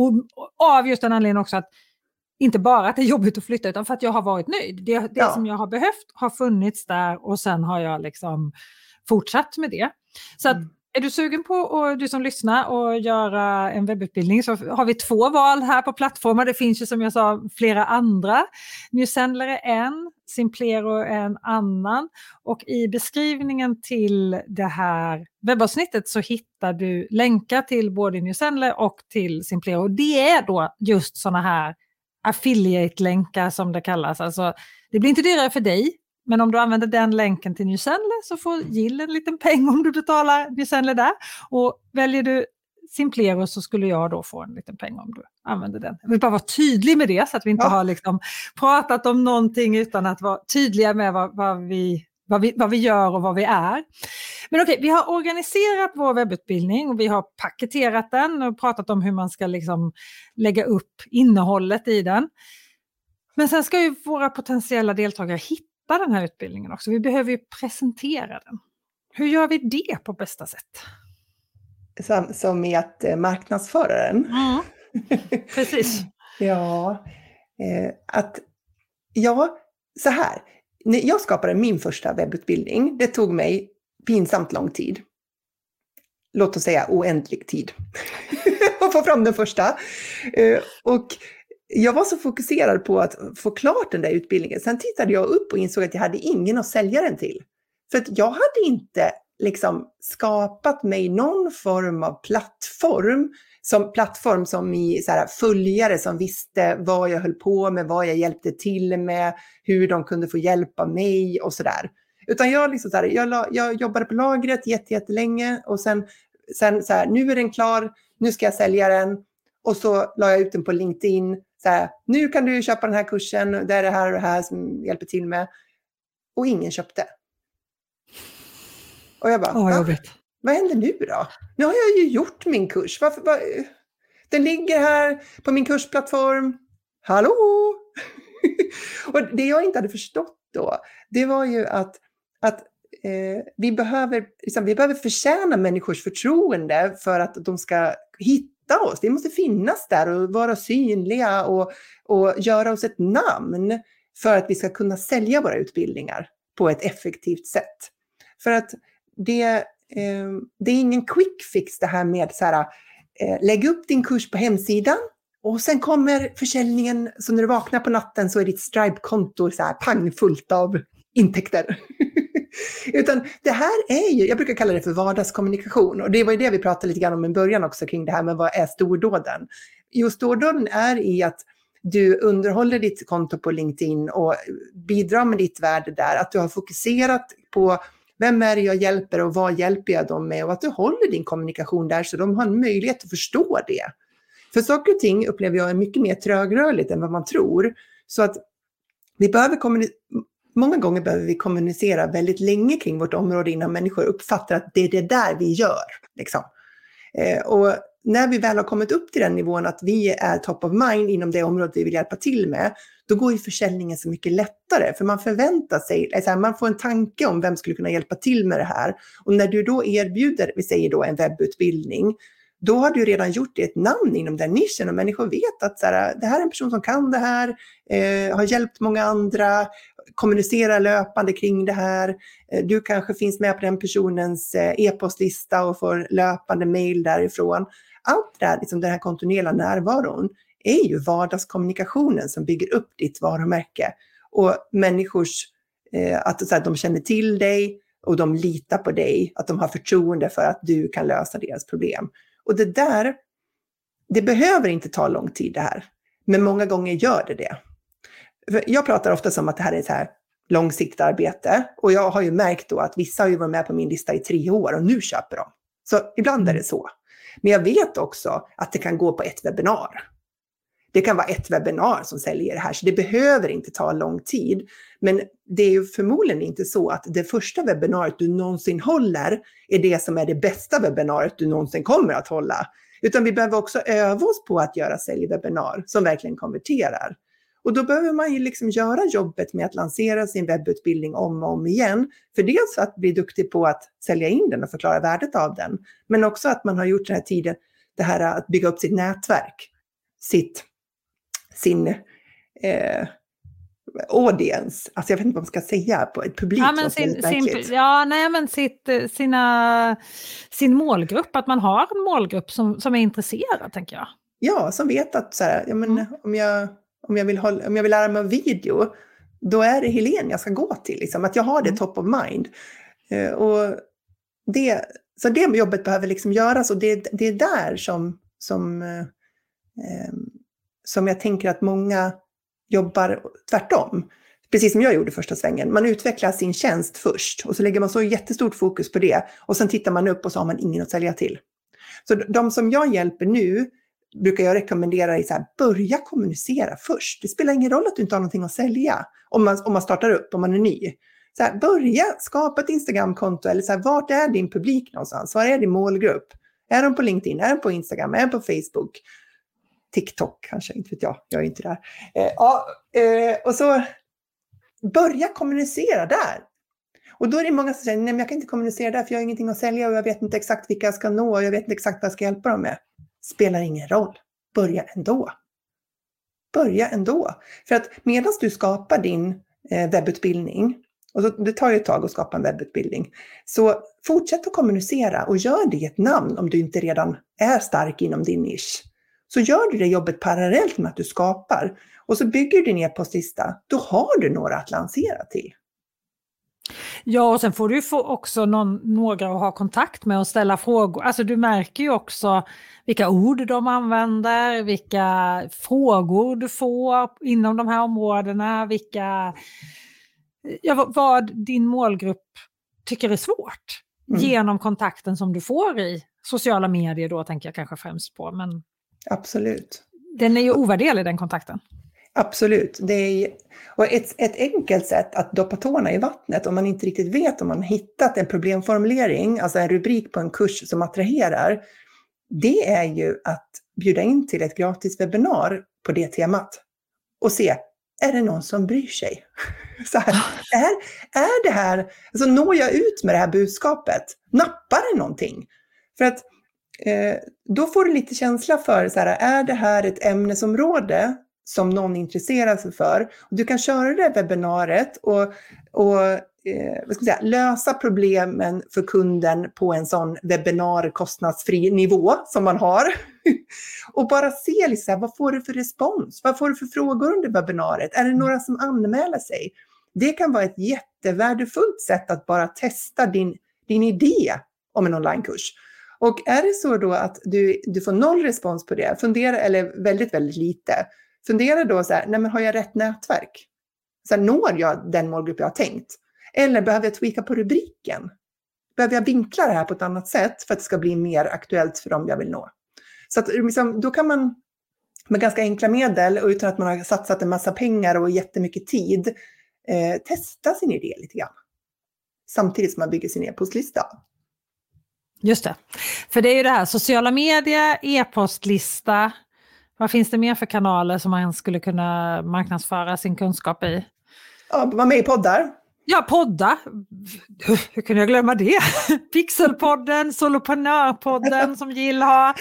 Av just den anledningen också att inte bara att det är jobbigt att flytta, utan för att jag har varit nöjd. Det som jag har behövt har funnits där, och sen har jag liksom fortsatt med det. Så att, är du sugen på, och du som lyssnar, och göra en webbutbildning, så har vi 2 val här på plattformar. Det finns ju, som jag sa, flera andra. New Zenler är en, Simplero är en annan. Och i beskrivningen till det här webbavsnittet så hittar du länkar till både New Zenler och till Simplero. Det är då just såna här affiliate-länkar som det kallas. Alltså, det blir inte dyrare för dig, men om du använder den länken till New Zenler så får Jill en liten peng om du betalar New Zenler där. Och väljer du Simplero så skulle jag då få en liten peng om du använder den. Jag vill bara vara tydlig med det, så att vi inte har liksom pratat om någonting utan att vara tydliga med vad vi gör och vad vi är. Men okej, vi har organiserat vår webbutbildning och vi har paketerat den och pratat om hur man ska liksom lägga upp innehållet i den. Men sen ska ju våra potentiella deltagare hitta den här utbildningen också. Vi behöver ju presentera den. Hur gör vi det på bästa sätt? Som i att marknadsföra den. Mm. Precis. Så här. När jag skapade min första webbutbildning, det tog mig pinsamt lång tid. Låt oss säga oändlig tid. Att få fram den första. Och jag var så fokuserad på att få klart den där utbildningen. Sen tittade jag upp och insåg att jag hade ingen att sälja den till. För att jag hade inte liksom skapat mig någon form av plattform som i så här följare som visste vad jag höll på med, vad jag hjälpte till med, hur de kunde få hjälpa mig och sådär. Utan jag jobbade på lagret jättelänge och sen så här, nu är den klar, nu ska jag sälja den. Och så la jag ut den på LinkedIn. Så här, nu kan du köpa den här kursen, det är det här och det här som hjälper till med. Och ingen köpte. Och jag bara, vad händer nu då? Nu har jag ju gjort min kurs. Den ligger här på min kursplattform. Hallå? Och det jag inte hade förstått då, det var ju att vi behöver förtjäna människors förtroende för att de ska hitta oss. Det måste finnas där och vara synliga och göra oss ett namn för att vi ska kunna sälja våra utbildningar på ett effektivt sätt. För att det är ingen quick fix det här med så här, lägg upp din kurs på hemsidan och sen kommer försäljningen, så när du vaknar på natten så är ditt Stripe-konto så här pangfullt av intäkter. Utan det här är ju, jag brukar kalla det för vardagskommunikation, och det var ju det vi pratade lite grann om i början också kring det här med vad är stordåden. Jo, stordåden är i att du underhåller ditt konto på LinkedIn och bidrar med ditt värde där, att du har fokuserat på vem är det jag hjälper och vad hjälper jag dem med, och att du håller din kommunikation där så de har en möjlighet att förstå det. För saker och ting upplever jag är mycket mer trögrörligt än vad man tror, så att många gånger behöver vi kommunicera väldigt länge kring vårt område innan människor uppfattar att det är det där vi gör. Liksom. Och när vi väl har kommit upp till den nivån att vi är top of mind inom det området vi vill hjälpa till med, då går ju försäljningen så mycket lättare. För man förväntar sig, man får en tanke om vem skulle kunna hjälpa till med det här. Och när du då erbjuder, vi säger då en webbutbildning, då har du redan gjort det ett namn inom den nischen och människor vet att så här, det här är en person som kan det här, har hjälpt många andra, kommunicerar löpande kring det här. Du kanske finns med på den personens e-postlista och får löpande mejl därifrån. Allt det där, liksom den här kontinuerliga närvaron, är ju vardagskommunikationen som bygger upp ditt varumärke. Och människors, att så här, de känner till dig och de litar på dig, att de har förtroende för att du kan lösa deras problem. Och det behöver inte ta lång tid det här. Men många gånger gör det. För jag pratar ofta om att det här är ett så här långsiktigt arbete. Och jag har ju märkt då att vissa har ju varit med på min lista i 3 år och nu köper de. Så ibland är det så. Men jag vet också att det kan gå på ett webbinar. Det kan vara ett webbinar som säljer det här. Så det behöver inte ta lång tid. Men det är ju förmodligen inte så att det första webbinariet du någonsin håller är det som är det bästa webbinariet du någonsin kommer att hålla. Utan vi behöver också öva oss på att göra säljwebbinar som verkligen konverterar. Och då behöver man ju liksom göra jobbet med att lansera sin webbutbildning om och om igen. För dels att bli duktig på att sälja in den och förklara värdet av den. Men också att man har gjort den här tiden, det här att bygga upp sitt nätverk. Sin audience. Alltså jag vet inte vad man ska säga på ett publik. Ja, men sin målgrupp. Att man har en målgrupp som är intresserad, tänker jag. Ja, som vet att så här, om jag vill lära mig video, då är det Helene jag ska gå till. Liksom. Att jag har det top of mind. Så det jobbet behöver liksom göras. Och det är där som jag tänker att många jobbar tvärtom. Precis som jag gjorde första svängen. Man utvecklar sin tjänst först. Och så lägger man så jättestort fokus på det. Och sen tittar man upp och så har man ingen att sälja till. Så de som jag hjälper nu brukar jag rekommendera i så här, börja kommunicera först. Det spelar ingen roll att du inte har någonting att sälja. Om man startar upp, om man är ny. Så här, börja skapa ett Instagram-konto. Eller så här, vart är din publik någonstans? Var är din målgrupp? Är de på LinkedIn? Är de på Instagram? Är de på Facebook? TikTok kanske, inte vet jag är inte där. Och så börja kommunicera där. Och då är det många som säger, nej men jag kan inte kommunicera där för jag har ingenting att sälja och jag vet inte exakt vilka jag ska nå och jag vet inte exakt vad jag ska hjälpa dem med. Spelar ingen roll. Börja ändå. Börja ändå. För att medan du skapar din webbutbildning, och så, det tar ju ett tag att skapa en webbutbildning, så fortsätt att kommunicera och gör det i ett namn om du inte redan är stark inom din nisch. Så gör du det jobbet parallellt med att du skapar och så bygger du din e-postlista, då har du några att lansera till. Ja, och sen får du få också några att ha kontakt med och ställa frågor. Alltså du märker ju också vilka ord de använder, vilka frågor du får inom de här områdena, vad din målgrupp tycker är svårt genom kontakten som du får i sociala medier då tänker jag kanske främst på. Men absolut. Den är ju ovärderlig den kontakten. Absolut. Och ett enkelt sätt att doppa tårna i vattnet om man inte riktigt vet om man hittat en problemformulering, alltså en rubrik på en kurs som attraherar, det är ju att bjuda in till ett gratis webbinar på det temat och se, är det någon som bryr sig? Så här, är det här, alltså når jag ut med det här budskapet? Nappar det någonting? För att då får du lite känsla för, så här, är det här ett ämnesområde som någon intresserar sig för? Och du kan köra det webbinariet och vad ska man säga, lösa problemen för kunden på en sån webbinarkostnadsfri nivå som man har. Och bara se liksom, vad får du för respons? Vad får du för frågor under webbinariet? Är det några som anmäler sig? Det kan vara ett jättevärdefullt sätt att bara testa din idé om en onlinekurs. Och är det så då att du får noll respons på det, eller väldigt, väldigt lite, fundera då så här, nej men har jag rätt nätverk? Så här, når jag den målgrupp jag har tänkt? Eller behöver jag tweaka på rubriken? Behöver jag vinkla det här på ett annat sätt för att det ska bli mer aktuellt för dem jag vill nå? Så att, liksom, då kan man med ganska enkla medel och utan att man har satsat en massa pengar och jättemycket tid testa sin idé lite grann. Samtidigt som man bygger sin e-postlista. Just det. För det är ju det här, sociala medier, e-postlista. Vad finns det mer för kanaler som man skulle kunna marknadsföra sin kunskap i? Ja, vara med i poddar. Ja, poddar. Hur kunde jag glömma det? Pixelpodden, Soloprenörpodden som Jill har.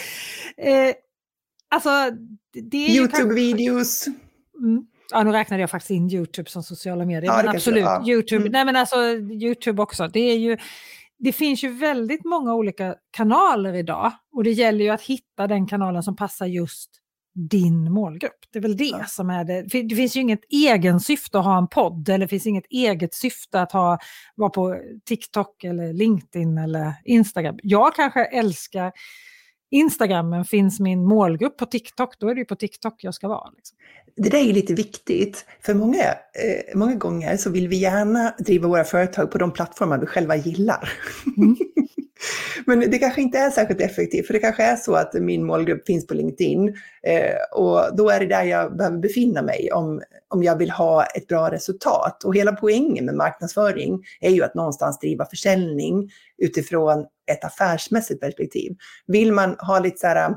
Alltså, det är YouTube-videos. Ja, nu räknade jag faktiskt in YouTube som sociala medier. Ja, men absolut, ja. YouTube. Nej, men alltså YouTube också. Det finns ju väldigt många olika kanaler idag. Och det gäller ju att hitta den kanalen som passar just din målgrupp. Det är väl det som är det. Det finns ju inget egen syfte att ha en podd. Eller det finns inget eget syfte att vara på TikTok eller LinkedIn eller Instagram. Jag kanske älskar Instagram, men finns min målgrupp på TikTok, då är det ju på TikTok jag ska vara. Liksom. Det där är ju lite viktigt. För många gånger så vill vi gärna driva våra företag på de plattformar vi själva gillar. Men det kanske inte är särskilt effektivt, för det kanske är så att min målgrupp finns på LinkedIn och då är det där jag behöver befinna mig om jag vill ha ett bra resultat. Och hela poängen med marknadsföring är ju att någonstans driva försäljning utifrån ett affärsmässigt perspektiv. Vill man ha lite så här,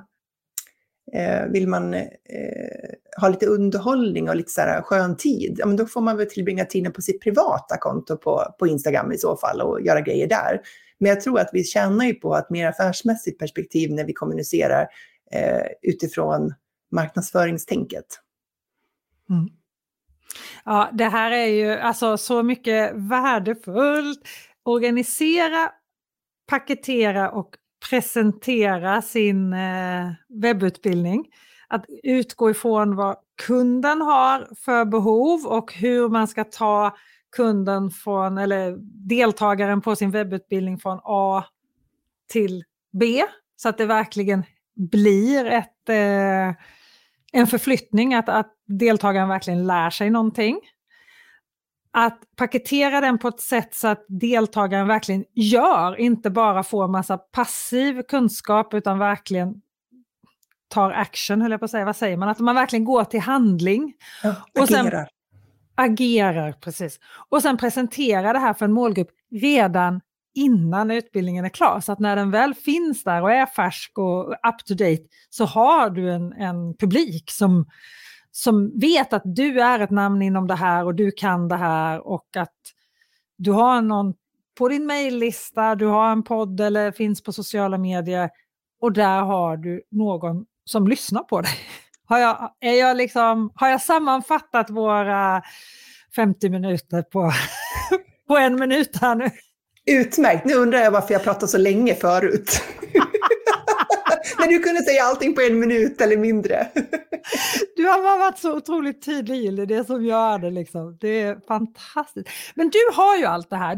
ha lite underhållning och lite så här skön tid, ja, men då får man väl tillbringa tiden på sitt privata konto på Instagram i så fall och göra grejer där. Men jag tror att vi tjänar ju på ett mer affärsmässigt perspektiv när vi kommunicerar utifrån marknadsföringstänket. Mm. Ja, det här är ju alltså så mycket värdefullt. Organisera, paketera och presentera sin webbutbildning. Att utgå ifrån vad kunden har för behov och hur man ska ta kunden eller deltagaren på sin webbutbildning från A till B. Så att det verkligen blir en förflyttning, att deltagaren verkligen lär sig någonting. Att paketera den på ett sätt så att deltagaren verkligen inte bara får massa passiv kunskap utan verkligen tar action, höll jag på att säga. Vad säger man? Att man verkligen går till handling. Ja, och sen agerar, precis. Och sen presenterar det här för en målgrupp redan innan utbildningen är klar. Så att när den väl finns där och är färsk och up to date så har du en publik som vet att du är ett namn inom det här och du kan det här och att du har på din mejllista, du har en podd eller finns på sociala medier och där har du någon som lyssnar på dig. Har jag sammanfattat våra 50 minuter på 1 minut här nu? Utmärkt, nu undrar jag varför jag pratade så länge förut. Men du kunde säga allting på 1 minut eller mindre. Du har varit så otroligt tydlig, det är det som gör det liksom. Det är fantastiskt. Men du har ju allt det här.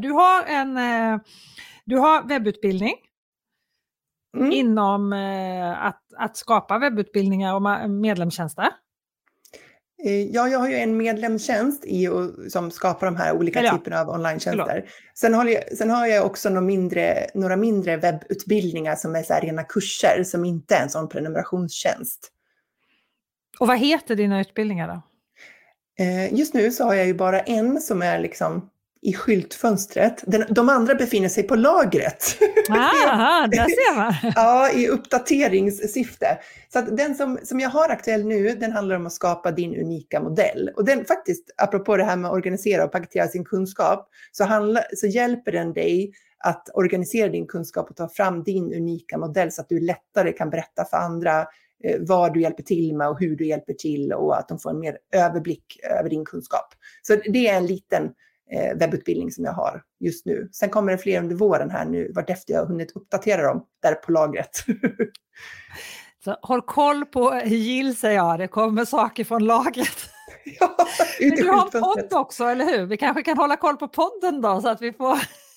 Du har webbutbildning inom att skapa webbutbildningar och medlemstjänster. Ja, jag har ju en medlemstjänst som skapar de här olika typerna av online-tjänster. Sen har jag också några mindre webbutbildningar som är så här rena kurser som inte är en sån prenumerationstjänst. Och vad heter dina utbildningar då? Just nu så har jag ju bara en som är liksom i skyltfönstret. De andra befinner sig på lagret. Där ser man. Ja, i uppdateringssyfte. Så att den som jag har aktuell nu, den handlar om att skapa din unika modell. Och den faktiskt, apropå det här med att organisera och paketera sin kunskap, så hjälper den dig att organisera din kunskap och ta fram din unika modell så att du lättare kan berätta för andra vad du hjälper till med och hur du hjälper till och att de får en mer överblick över din kunskap. Så det är en liten webbutbildning som jag har just nu. Sen kommer det fler under våren här nu, vartefter jag har hunnit uppdatera dem där på lagret. Så håll koll på Jill, säger jag. Det kommer saker från lagret. Ja, men du har en podd också, eller hur? Vi kanske kan hålla koll på podden då så att vi får...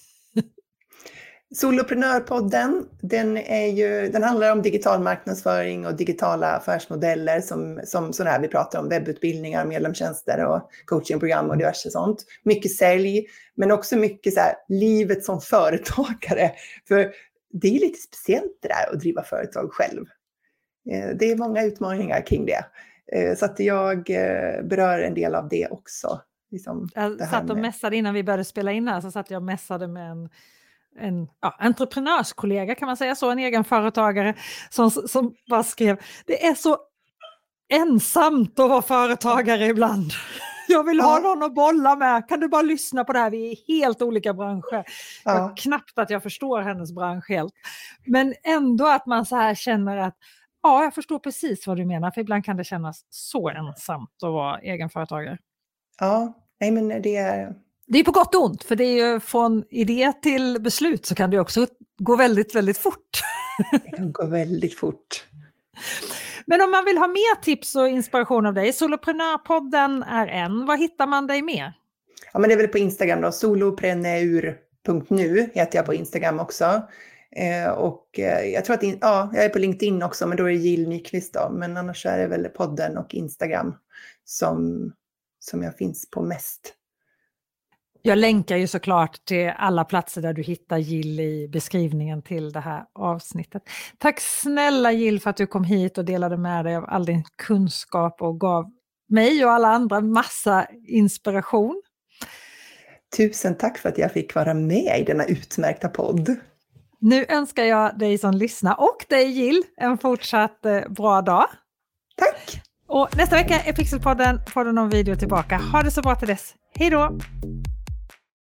Soloprenörpodden, den handlar om digital marknadsföring och digitala affärsmodeller som sådana här vi pratar om, webbutbildningar, medlemstjänster och coachingprogram och diverse sånt. Mycket sälj, men också mycket så här, livet som företagare. För det är lite speciellt det där att driva företag själv. Det är många utmaningar kring det. Så att jag berör en del av det också. Liksom jag satt och mässade innan vi började spela in här, så satt jag och mässade med en entreprenörskollega, kan man säga så, en egen företagare som bara skrev: det är så ensamt att vara företagare ibland. Jag vill ha någon att bolla med. Kan du bara lyssna på det här? Vi är helt olika branscher. Jag knappt att jag förstår hennes bransch helt. Men ändå att man så här känner att jag förstår precis vad du menar. För ibland kan det kännas så ensamt att vara egen företagare. Ja, nej men det är... Det är på gott och ont, för det är ju från idé till beslut så kan det också gå väldigt, väldigt fort. Det kan gå väldigt fort. Men om man vill ha mer tips och inspiration av dig, Soloprenörpodden är en. Vad hittar man dig mer? Ja, men det är väl på Instagram då, solopreneur.nu heter jag på Instagram också. Och jag tror att jag är på LinkedIn också, men då är det Jill Nyqvist då. Men annars är det väl podden och Instagram som jag finns på mest. Jag länkar ju såklart till alla platser där du hittar Jill i beskrivningen till det här avsnittet. Tack snälla Jill för att du kom hit och delade med dig av all din kunskap och gav mig och alla andra massa inspiration. Tusen tack för att jag fick vara med i denna utmärkta podd. Nu önskar jag dig som lyssnar och dig Jill en fortsatt bra dag. Tack! Och nästa vecka är Pixelpodden, får du någon video tillbaka. Ha det så bra till dess. Hej då!